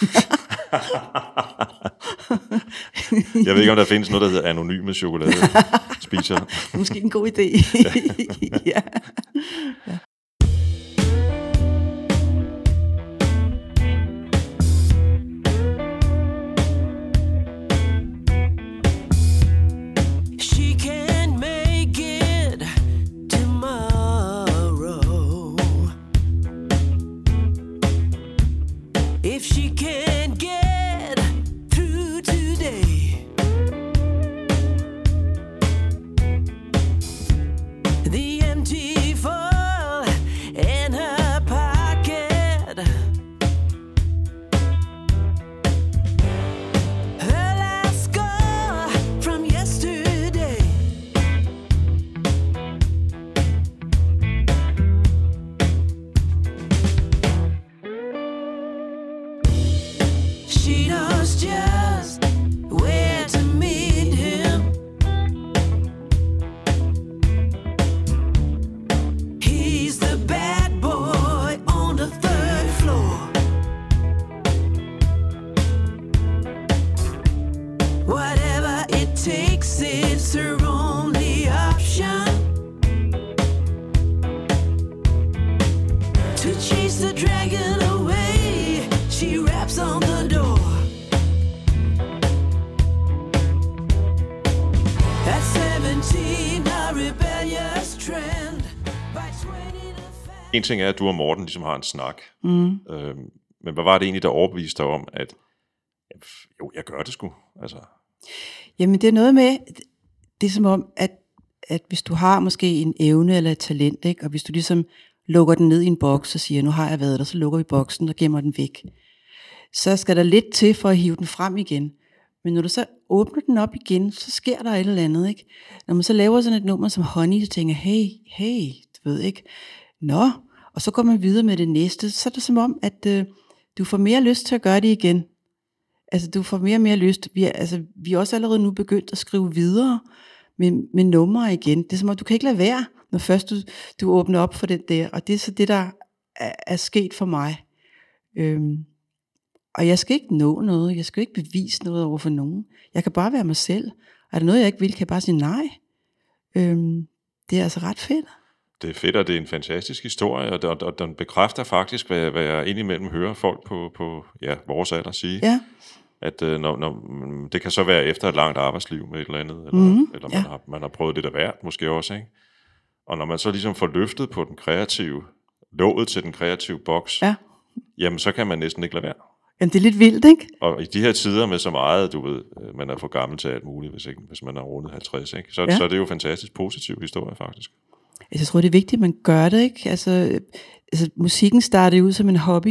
Jeg ved ikke, om der findes noget, der hedder anonyme chokoladespiser. Måske en god idé. Ja. Ja. She can't make it tomorrow if she can't get through today. The empty fall in her pocket, her last scar from yesterday. She knows just where to meet him. He's the bad boy on the third floor. Whatever it takes, it's her only option to chase the dragon away. She raps on the door. At seventeen, a rebellious trend. By twenty to five. En ting er, at du og Morten ligesom har en snak. Mm. Øhm, men hvad var det egentlig, der overbeviste dig om, at jo, jeg gør det sgu. Altså, Jamen det er noget med, det er som om, at, at hvis du har måske en evne eller et talent, ikke? Og hvis du ligesom lukker den ned i en boks og siger, nu har jeg været der, så lukker vi boksen og gemmer den væk. Så skal der lidt til for at hive den frem igen. Men når du så åbner den op igen, så sker der et eller andet, ikke? Når man så laver sådan et nummer som Honey, så tænker jeg, hey, hey, du ved ikke, nå, og så går man videre med det næste, så er det som om, at øh, du får mere lyst til at gøre det igen. Altså du får mere og mere lyst. Vi er, altså, vi er også allerede nu begyndt at skrive videre med, med numre igen. Det er som om, du kan ikke lade være, når først du, du åbner op for det der. Og det er så det, der er, er sket for mig. Øhm, og jeg skal ikke nå noget. Jeg skal ikke bevise noget over for nogen. Jeg kan bare være mig selv. Er der noget, jeg ikke vil, kan jeg bare sige nej. Øhm, det er altså ret fedt. Det er fedt, og det er en fantastisk historie, og, og, og den bekræfter faktisk, hvad, hvad jeg indimellem hører folk på, på ja, vores alder sige. Ja. At øh, når, når, det kan så være efter et langt arbejdsliv med et eller andet, eller, Mhm, eller man, ja. har, man har prøvet det der værd, måske også, ikke? Og når man så ligesom får løftet på den kreative, låget til den kreative boks, Ja. jamen så kan man næsten ikke lade være. Jamen det er lidt vildt, ikke? Og i de her tider med så meget, du ved, øh, man er for gammel til alt muligt, hvis, ikke, hvis man er rundet halvtreds, ikke? Så, Ja. så er det jo en fantastisk positiv historie, faktisk. Altså, jeg tror, det er vigtigt, at man gør det, ikke? Altså, altså musikken startede ud som en hobby.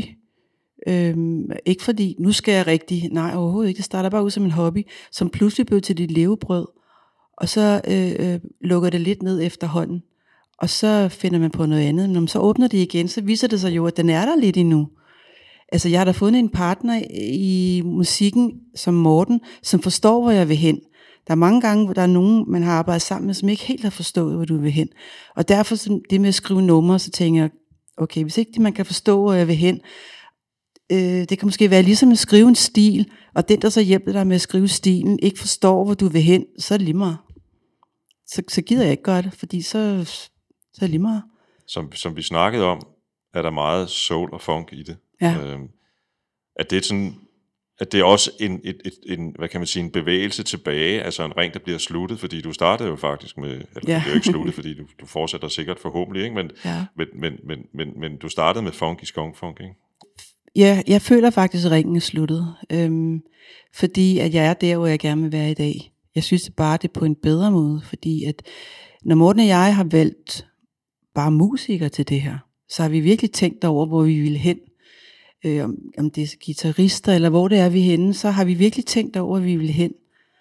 Øhm, ikke fordi, nu skal jeg rigtig, nej overhovedet ikke, det starter bare ud som en hobby, som pludselig blev til dit levebrød, og så øh, øh, lukker det lidt ned efterhånden, og så finder man på noget andet, men når man så åbner det igen, så viser det sig jo, at den er der lidt endnu. Altså, jeg har da fundet en partner i musikken, som Morten, som forstår, hvor jeg vil hen. Der er mange gange, hvor der er nogen, man har arbejdet sammen med, som ikke helt har forstået, hvor du vil hen. Og derfor så det med at skrive numre, så tænker jeg, okay, hvis ikke man kan forstå, hvor jeg vil hen, øh, det kan måske være ligesom at skrive en stil, og den, der så hjælper dig med at skrive stilen, ikke forstår, hvor du vil hen, så er det lige meget. Så, så gider jeg ikke gøre det, fordi så, så er det lige meget. Som, som vi snakkede om, er der meget soul og funk i det. Ja. Øhm, at det er sådan, at det er også en, et, et, en, hvad kan man sige, en bevægelse tilbage, altså en ring, der bliver sluttet, fordi du startede jo faktisk med, eller Ja. det er jo ikke sluttet, fordi du, du fortsætter sikkert forhåbentlig, ikke? Men, Ja. men, men, men, men, men du startede med funk i skunk funk, ikke? Ja, jeg føler faktisk, at ringen er sluttet. Øhm, fordi at jeg er der, hvor jeg gerne vil være i dag. Jeg synes det bare, det er på en bedre måde. Fordi at når Morten og jeg har valgt bare musikere til det her, så har vi virkelig tænkt over, hvor vi vil hen. Øh, om, om det er guitarister, eller hvor det er, vi er henne, så har vi virkelig tænkt over, hvor vi vil hen.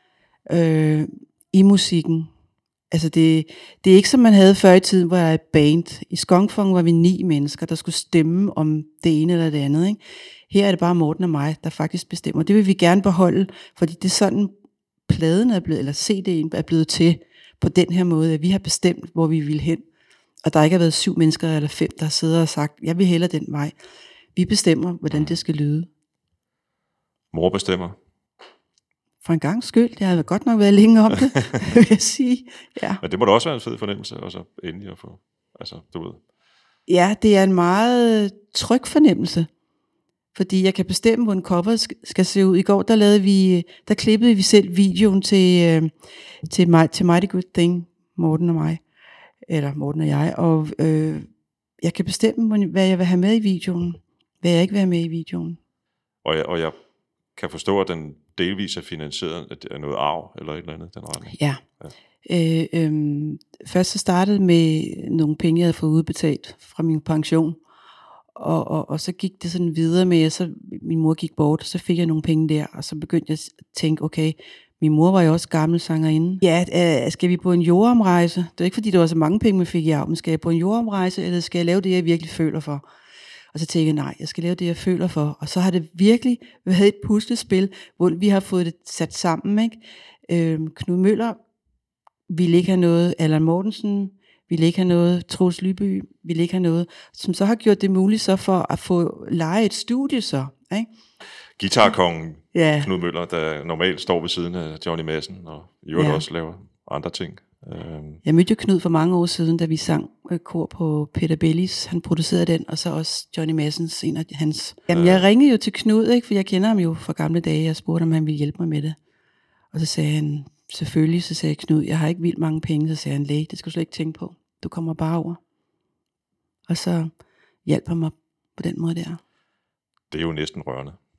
Øh, I musikken. Altså det, det er ikke som man havde før i tiden, hvor jeg er et band. I Skunkfunk var vi ni mennesker, der skulle stemme om det ene eller det andet. Ikke? Her er det bare Morten og mig, der faktisk bestemmer. Det vil vi gerne beholde, fordi det er sådan, pladen er blevet, eller C D'en er blevet til på den her måde, at vi har bestemt, hvor vi vil hen. Og der ikke har været syv mennesker eller fem, der sidder og sagt, jeg vil hellere den vej. Vi bestemmer, hvordan det skal lyde. Mor bestemmer. For en gang skyld, jeg har godt nok været længe om det, vil jeg sige. Ja. Men det må da også være en fed fornemmelse, og så endelig at få, altså, du ved. Ja, det er en meget tryg fornemmelse, fordi jeg kan bestemme, hvor en cover sk- skal se ud. I går, der lavede vi, der klippede vi selv videoen til, øh, til, My, til Mighty Good Thing, Morten og mig, eller Morten og jeg, og øh, jeg kan bestemme, hvad jeg vil have med i videoen, hvad jeg ikke vil have med i videoen. Og jeg, og jeg kan forstå, at den delvis er finansieret af noget arv, eller et eller andet, den retning. Ja. ja. Øh, øh, først så startede med nogle penge, jeg havde fået udbetalt fra min pension, og, og, og så gik det sådan videre med, at så, min mor gik bort, og så fik jeg nogle penge der, og så begyndte jeg at tænke, okay, min mor var jo også gammel sangerinde. Ja, øh, skal vi på en jordomrejse? Det er ikke fordi, der var så mange penge, man fik i arv, men skal jeg på en jordomrejse, eller skal jeg lave det, jeg virkelig føler for? Og så tænkte jeg, nej, jeg skal lave det, jeg føler for. Og så har det virkelig været et puslespil, hvor vi har fået det sat sammen. Ikke? Øhm, Knud Møller ville ikke have noget, Allan Mortensen ville ikke have noget, Troels Lyby ville ikke have noget, som så har gjort det muligt så for at få leje et studie så. Ikke? Guitarkongen Ja. Knud Møller, der normalt står ved siden af Johnny Madsen, og i øvrigt Ja. også laver andre ting. Øhm, Jeg mødte jo Knud for mange år siden, da vi sang øh, kor på Peter Bellis. Han producerede den, og så også Johnny Madsens, en af hans. Jamen, jeg ringede jo til Knud, ikke, for jeg kender ham jo fra gamle dage. Jeg spurgte, om han ville hjælpe mig med det. Og så sagde han, selvfølgelig, så sagde Knud, jeg har ikke vildt mange penge. Så sagde han, læge, det skal du slet ikke tænke på. Du kommer bare over. Og så hjalp han mig på den måde der. det er jo næsten rørende.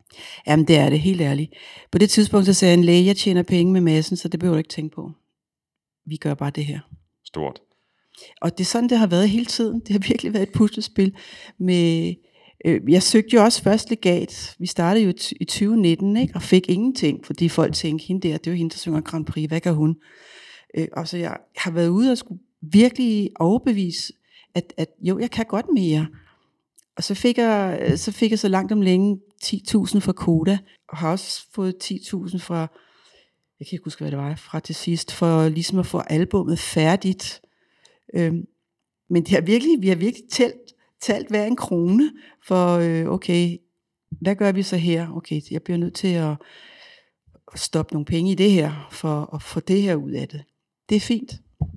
Jamen, det er det, helt ærligt. På det tidspunkt, så sagde en læge, jeg tjener penge med massen, så det behøver du ikke tænke på. Vi gør bare det her. Stort. Og det er sådan, det har været hele tiden. Det har virkelig været et puslespil. Med, øh, jeg søgte jo også først legat. Vi startede jo i tyve nitten, ikke? Og fik ingenting, fordi folk tænkte, hende der, det er jo hende, der synger Grand Prix. Hvad gør hun? Øh, og så jeg har været ude og skulle virkelig overbevise, at, at jo, jeg kan godt mere. Og så fik jeg så, fik jeg så langt om længe ti tusind fra Koda, og har også fået ti tusind fra, jeg kan ikke huske, hvad det var, fra til sidst, for ligesom at få albummet færdigt. Øhm, men det har virkelig, vi har virkelig talt, talt hver en krone, for øh, okay, hvad gør vi så her? Okay, jeg bliver nødt til at stoppe nogle penge i det her, for at få det her ud af det. Det er fint.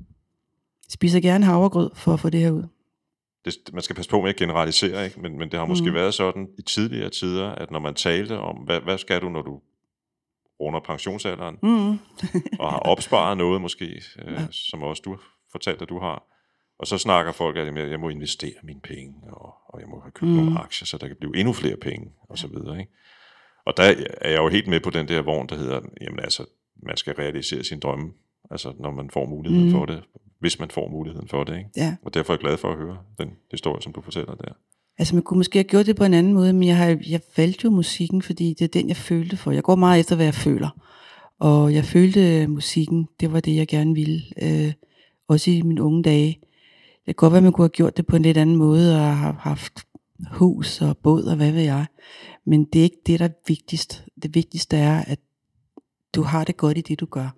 Jeg spiser gerne havregrød for at få det her ud. Det, man skal passe på med at generalisere, ikke? Men, men det har måske mm. været sådan i tidligere tider, at når man talte om, hvad, hvad skal du, når du runder pensionsalderen, Mm. og har opsparet noget måske, øh, Ja. som også du har fortalt, at du har, og så snakker folk af det med, at jeg må investere mine penge, og, og jeg må have købt mm. nogle aktier, så der kan blive endnu flere penge, og så videre, ikke? Og der er jeg jo helt med på den der vogn, der hedder, jamen altså, man skal realisere sin drømme, altså når man får muligheden mm. for det, hvis man får muligheden for det, ikke? Ja. Og derfor er jeg glad for at høre den historie, som du fortæller der. Altså man kunne måske have gjort det på en anden måde, men jeg, har, jeg valgte jo musikken, fordi det er den, jeg følte for. Jeg går meget efter, hvad jeg føler. Og jeg følte musikken, det var det, jeg gerne ville. Øh, også i mine unge dage. Det kan godt være, man kunne have gjort det på en lidt anden måde, og have haft hus og båd og hvad ved jeg. Men det er ikke det, der er vigtigst. Det vigtigste er, at du har det godt i det, du gør.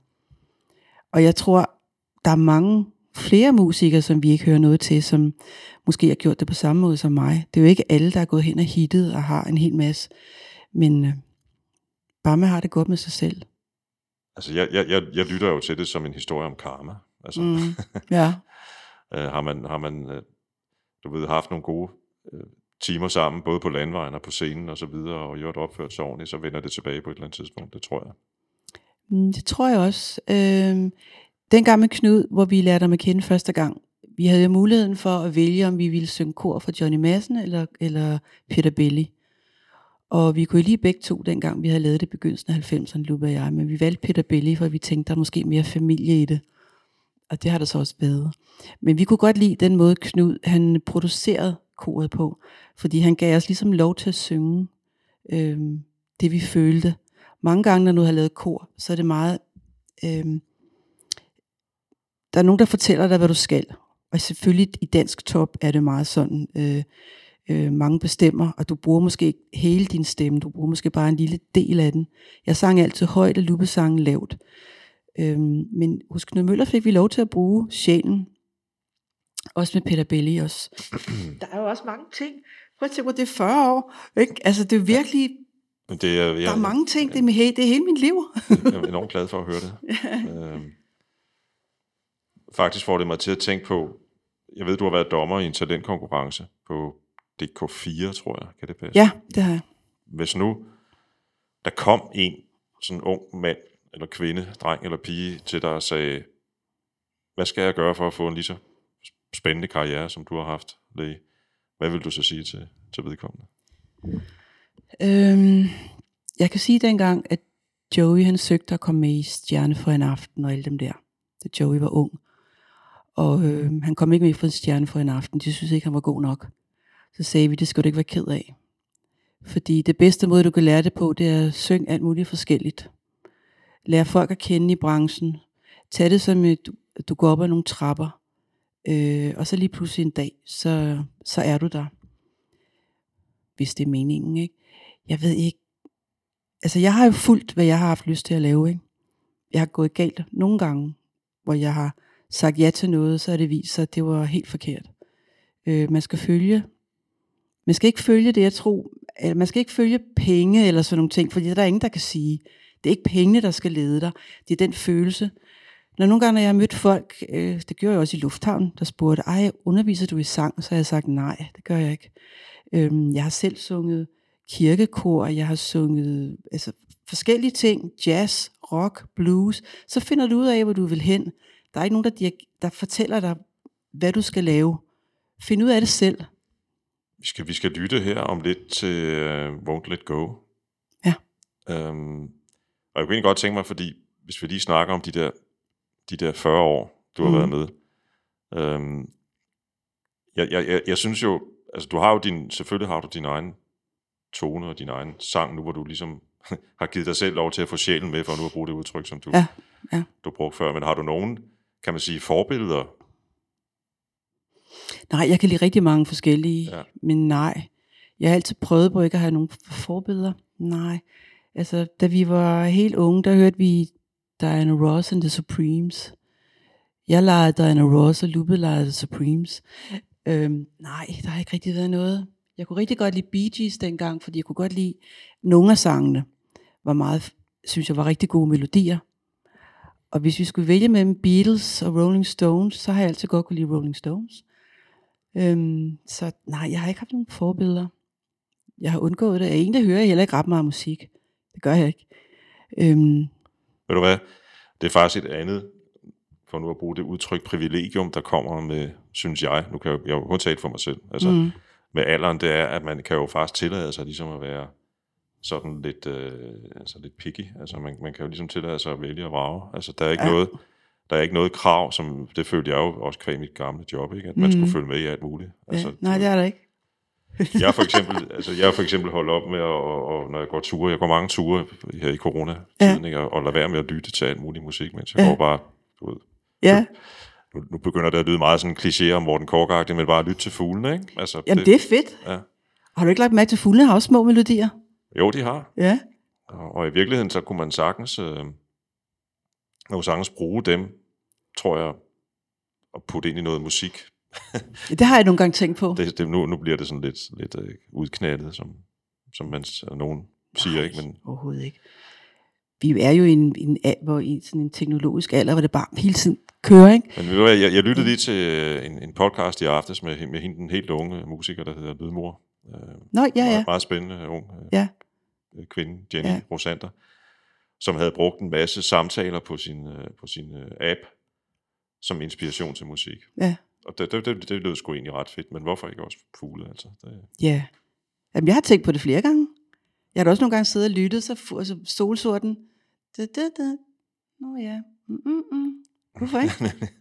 Og jeg tror, der er mange flere musikere, som vi ikke hører noget til, som måske har gjort det på samme måde som mig. Det er jo ikke alle, der er gået hen og hittet og har en hel masse. Men øh, bare man har det godt med sig selv. Altså, jeg, jeg, jeg, jeg lytter jo til det som en historie om karma. Altså, Mm. Ja. øh, har man, har man øh, du ved, haft nogle gode øh, timer sammen, både på landvejen og på scenen og så videre, og gjort opført sig ordentligt, så vender det tilbage på et eller andet tidspunkt, det tror jeg. Mm, Det tror jeg også. Øhm, dengang med Knud, hvor vi lærte ham at kende første gang, vi havde jo muligheden for at vælge, om vi ville synge kor for Johnny Madsen eller, eller Peter Belli. Og vi kunne jo lige begge to, dengang vi havde lavet det i begyndelsen af halvfemserne, Luba og jeg, men vi valgte Peter Belli, for vi tænkte, der er måske mere familie i det. Og det har der så også været. Men vi kunne godt lide den måde, Knud han producerede koret på, fordi han gav os ligesom lov til at synge øhm, det, vi følte. Mange gange, når du har lavet kor, så er det meget... Øhm, der er nogen, der fortæller dig, hvad du skal. Og selvfølgelig i dansk top er det meget sådan, øh, øh, mange bestemmer, og du bruger måske ikke hele din stemme, du bruger måske bare en lille del af den. Jeg sang altid højt, og Lupe sang lavt. Øhm, men hos Knud Møller fik vi lov til at bruge sjælen. Også med Peter Belli også. Der er jo også mange ting. Prøv at tænke på, det er fyrre år. Ikke? Altså det er virkelig... Men det er, jeg, Der er mange ting, det er, med, det er hele mit liv. jeg er enormt glad for at høre det. øhm, faktisk får det mig til at tænke på, jeg ved, du har været dommer i en talentkonkurrence på D K fire, tror jeg. Kan det passe? Ja, det har jeg. Hvis nu der kom en sådan ung mand, eller kvinde, dreng eller pige til dig og sagde, hvad skal jeg gøre for at få en lige så spændende karriere, som du har haft, læge? Hvad vil du så sige til, til vedkommende? Øhm, jeg kan sige dengang, at Joey han søgte at komme med i Stjerne for en aften og alle dem der, da Joey var ung. Og øh, han kom ikke med for en Stjerne for en aften. De synes ikke, han var god nok. Så sagde vi, det skal du ikke være ked af. Fordi det bedste måde, du kan lære det på, det er at synge alt muligt forskelligt. Lær folk at kende i branchen. Tag det som, at du, at du går op ad nogle trapper. Øh, og så lige pludselig en dag, så, så er du der. Hvis det er meningen, ikke? Jeg ved ikke. Altså, jeg har jo fulgt, hvad jeg har haft lyst til at lave, ikke? Jeg har gået galt nogle gange, hvor jeg har sagt ja til noget, så er det vist sig, at det var helt forkert. Øh, man skal følge. Man skal ikke følge det, jeg tror. Eller man skal ikke følge penge eller sådan nogle ting, fordi der er ingen, der kan sige. Det er ikke pengene, der skal lede dig. Det er den følelse. Når nogle gange, når jeg har mødt folk, øh, det gjorde jeg også i lufthavnen, der spurgte, ej, underviser du i sang? Så har jeg sagt, nej, det gør jeg ikke. Øh, jeg har selv sunget kirkekor, jeg har sunget altså, forskellige ting, jazz, rock, blues. Så finder du ud af, hvor du vil hen. Der er ikke nogen, der, der fortæller dig, hvad du skal lave. Find ud af det selv. Vi skal, vi skal lytte her om lidt til uh, Won't Let Go. Øhm, og jeg kunne egentlig godt tænke mig, fordi hvis vi lige snakker om de der, de der fyrre år, du har Mhm. været med. Øhm, jeg, jeg, jeg, jeg synes jo, altså du har jo din, selvfølgelig har du din egen tone og din egen sang nu, hvor du ligesom har givet dig selv lov til at få sjælen med, for nu at bruge det udtryk, som du, Ja, ja. du brugte før. Men har du nogen, kan man sige, forbilleder? Nej, jeg kan lide rigtig mange forskellige, Ja. ja. men nej. Jeg har altid prøvet på ikke at have nogen forbilleder. Nej. Altså, da vi var helt unge, der hørte vi Diana Ross and the Supremes. Jeg legede Diana Ross, og Lupe legede The Supremes. Øhm, nej, der har ikke rigtig været noget. Jeg kunne rigtig godt lide Bee Gees dengang, fordi jeg kunne godt lide nogle af sangene. Var meget, synes jeg var rigtig gode melodier. Og hvis vi skulle vælge mellem Beatles og Rolling Stones, så har jeg altid godt kunne lide Rolling Stones. Øhm, så nej, jeg har ikke haft nogen forbilleder. Jeg har undgået det. Egentlig hører jeg heller ikke ret meget musik. Det gør jeg ikke. Øhm, Ved du hvad? Det er faktisk et andet, for nu at bruge det udtryk, privilegium, der kommer med, synes jeg, nu kan jeg, jeg jo kun tale for mig selv, altså Mm. med alderen, det er, at man kan jo faktisk tillade sig ligesom at være sådan lidt, øh, altså lidt picky, altså man, man kan jo ligesom tillade sig at vælge og vrage, altså der er ikke Ja. noget, der er ikke noget krav, som, det følte jeg jo også kvæg mit gamle job, ikke? At man Mm. skulle følge med i alt muligt. Altså, ja, nej, det er der ikke. Jeg er for eksempel, altså jeg er for eksempel holdt op med, at, og, og, når jeg går ture, jeg går mange ture her i coronatiden, Ja. ikke? Og, og lader være med at lytte til alt mulig musik, mens jeg Ja. går bare, du ved, Ja, nu, nu begynder det at lyde meget sådan en kliché om Morten Korch-agtigt, men bare lytte til fuglene, ikke? Altså, jamen det er fedt. Ja. Har du ikke lagt mærke til, at fuglene har også små melodier? Jo, de har. Ja. Og, og i virkeligheden, så kunne man sagtens, øh, man kunne sagtens bruge dem, tror jeg, og putte ind i noget musik. Det har jeg nogle gange tænkt på. Det, det, nu, nu bliver det sådan lidt, lidt øh, udknaldet, som, som man, nogen siger, Nej, ikke? Men overhovedet ikke. Vi er jo i en, en, al- hvor i sådan en teknologisk alder, hvor det bare hele tiden kører, ikke? Men ved du hvad, jeg, jeg lyttede lige til øh, en, en podcast i aftes med, med hende, den helt unge musiker, der hedder Lydmor. Øh, Nå, ja, meget, ja. meget spændende ung øh, Ja. øh, kvinde, Jenny Ja. ja. Rosander, som havde brugt en masse samtaler på sin, øh, på sin øh, app som inspiration til musik. Ja. Og det, det, det, det lød sgu egentlig ret fedt, men hvorfor ikke også fugle? Altså? Det, Ja. Jamen, jeg har tænkt på det flere gange. Jeg har da også nogle gange siddet og lyttet, så fu- altså, solsorten. Da, da, da. Nå ja. Mm, mm, mm. Hvorfor ikke?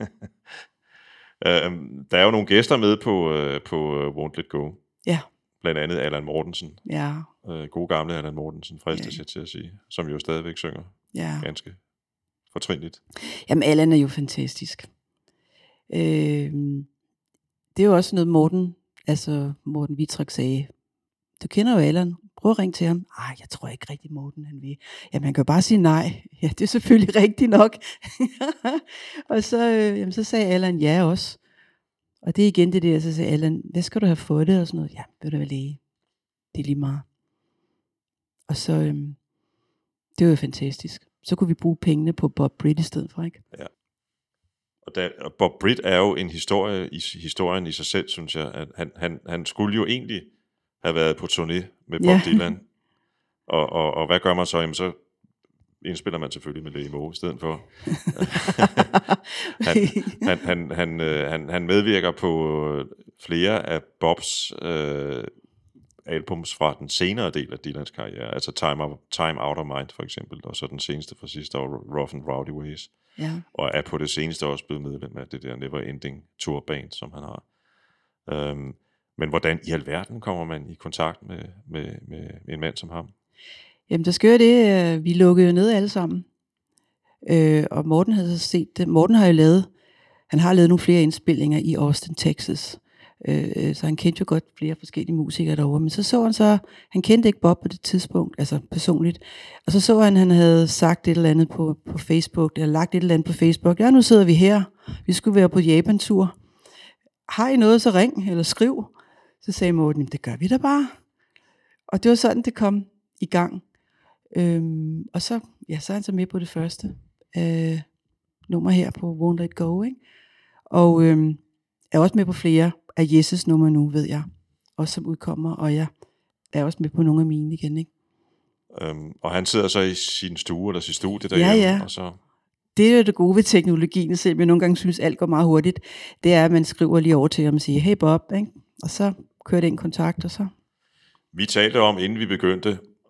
øh, der er jo nogle gæster med på, øh, på uh, Won't Let Go. Ja. Blandt andet Allan Mortensen. Ja. Øh, gode gamle Allan Mortensen, fristes Ja. jeg til at sige. Som jo stadigvæk synger Ja. ganske fortrinligt. Jamen, Allan er jo fantastisk. Øh, det er jo også noget Morten, altså Morten Vitrak sagde. Du kender jo Allan. Prøv at ringe til ham. Ej, jeg tror ikke rigtig Morten han vil. Jamen, han kan jo bare sige nej. Ja, det er selvfølgelig rigtigt nok. Og så, øh, jamen, så sagde Allan ja også. Og det er igen det der, så sagde Allan, hvad skal du have fået det? Og sådan noget. Ja, ved du hvad, læge? Det er lige meget. Og så, øhm, det var jo fantastisk. Så kunne vi bruge pengene på Bob Britt i stedet for, ikke? Og, da, og Bob Britt er jo en historie i historien i sig selv, synes jeg. At han, han, han skulle jo egentlig have været på turné med Bob Ja. Dylan. Og, og, og hvad gør man så? Jamen, så indspiller man selvfølgelig med Lee Moe i stedet for. han, han, han, han, øh, han, han medvirker på øh, flere af Bobs øh, albums fra den senere del af Dylans karriere. Altså Time, of, Time Out of Mind for eksempel, og så den seneste fra sidste år, Rough and Rowdy Ways. Ja. Og er på det seneste også blevet medlem af det der Never Ending Tour Band, som han har. Øhm, men hvordan i alverden kommer man i kontakt med, med, med en mand som ham? Jamen, der sker jo det, øh, vi lukkede jo ned alle sammen. Øh, og Morten havde så set det. Morten har jo lavet, han har lavet nogle flere indspillinger i Austin, Texas. Øh, så han kendte jo godt flere forskellige musikere derovre. Men så så han så, han kendte ikke Bob på det tidspunkt, altså personligt. Og så så han, han havde sagt et eller andet på, på Facebook, eller lagt et eller andet på Facebook. Ja, nu sidder vi her. Vi skulle være på Japan-tur. Har I noget, så ring eller skriv. Så sagde Morten, det gør vi da bare. Og det var sådan, det kom i gang. Øhm, og så, ja, så er han så med på det første øh, nummer her på Won't Let Go, ikke? Og øhm, er også med på flere af Jesses numre nu, ved jeg. Også som udkommer, og jeg er også med på nogle af mine igen, ikke? Øhm, og han sidder så i sin stue eller sit studie Ja, derhjemme, ja. og så... Det er jo det gode ved teknologien, selvom jeg nogle gange synes, alt går meget hurtigt. Det er, at man skriver lige over til ham og siger, hey Bob, ikke? Og så kører det en kontakt, og så... Vi talte om, inden vi begyndte,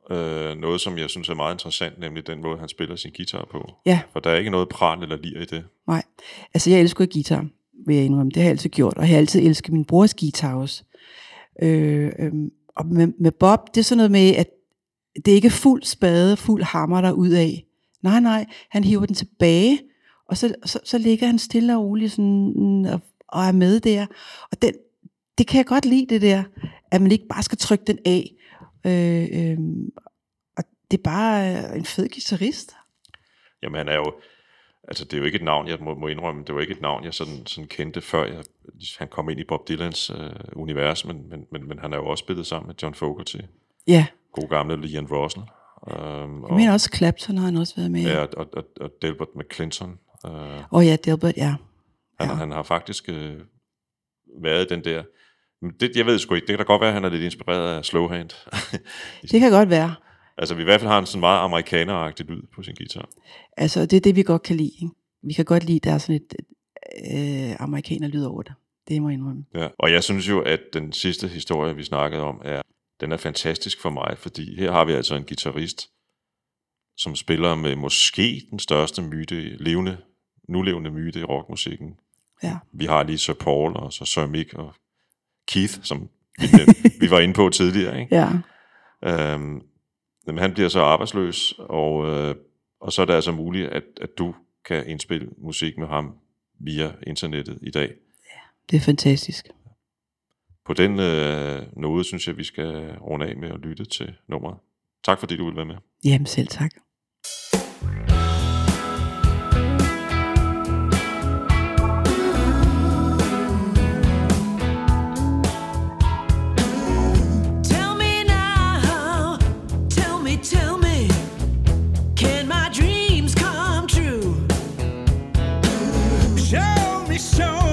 øh, noget, som jeg synes er meget interessant, nemlig den måde, han spiller sin guitar på. Ja. For der er ikke noget pral eller lir i det. Nej, altså jeg elsker guitar, vil jeg indrømme. Det har jeg altid gjort, og jeg har altid elsket min brors guitar også. Øh, øh, og med, med Bob, det er sådan noget med, at det er ikke fuld spade, fuld hammer der ud af. Nej, nej, han hiver den tilbage, og så, så, så ligger han stille og roligt sådan, og, og er med der. Og den, det kan jeg godt lide, det der, at man ikke bare skal trykke den af. Øh, øh, og det er bare en fed guitarist. Jamen han er jo, altså det er jo ikke et navn, jeg må, må indrømme, det var ikke et navn, jeg sådan, sådan kendte, før jeg, han kom ind i Bob Dylans øh, univers, men, men, men, men han er jo også spillet sammen med John Fogerty. Ja. God gamle Leon Russell. Um, Jeg mener også Clapton har han også været med. Ja, og, og, og Delbert McClinton. Åh uh, oh, ja, Delbert, ja. Han, ja. han har faktisk øh, været den der, det, jeg ved sgu ikke, det kan da godt være, at han er lidt inspireret af Slowhand. Det kan godt være. Altså vi i hvert fald har en sådan meget amerikaneragtig lyd på sin guitar. Altså det er det, vi godt kan lide. Ikke? Vi kan godt lide, at der er sådan et øh, amerikanerlyd over det. Det må jeg indrømme. Ja. Og jeg synes jo, at den sidste historie, vi snakkede om, er, den er fantastisk for mig, fordi her har vi altså en guitarist, som spiller med måske den største myte, levende, nulevende myte i rockmusikken. Ja. Vi har lige Sir Paul og så Sir Mick og Keith, som vi, vi var inde på tidligere. Ikke? Ja. Øhm, men han bliver så arbejdsløs, og, øh, og så er det altså muligt, at, at du kan indspille musik med ham via internettet i dag. Ja, det er fantastisk. På den øh, nåde, synes jeg, vi skal runde af med at lytte til nummeret. Tak fordi du ville være med. Jamen selv tak. Tell me now, tell me, tell me, can my dreams come true? Show me, show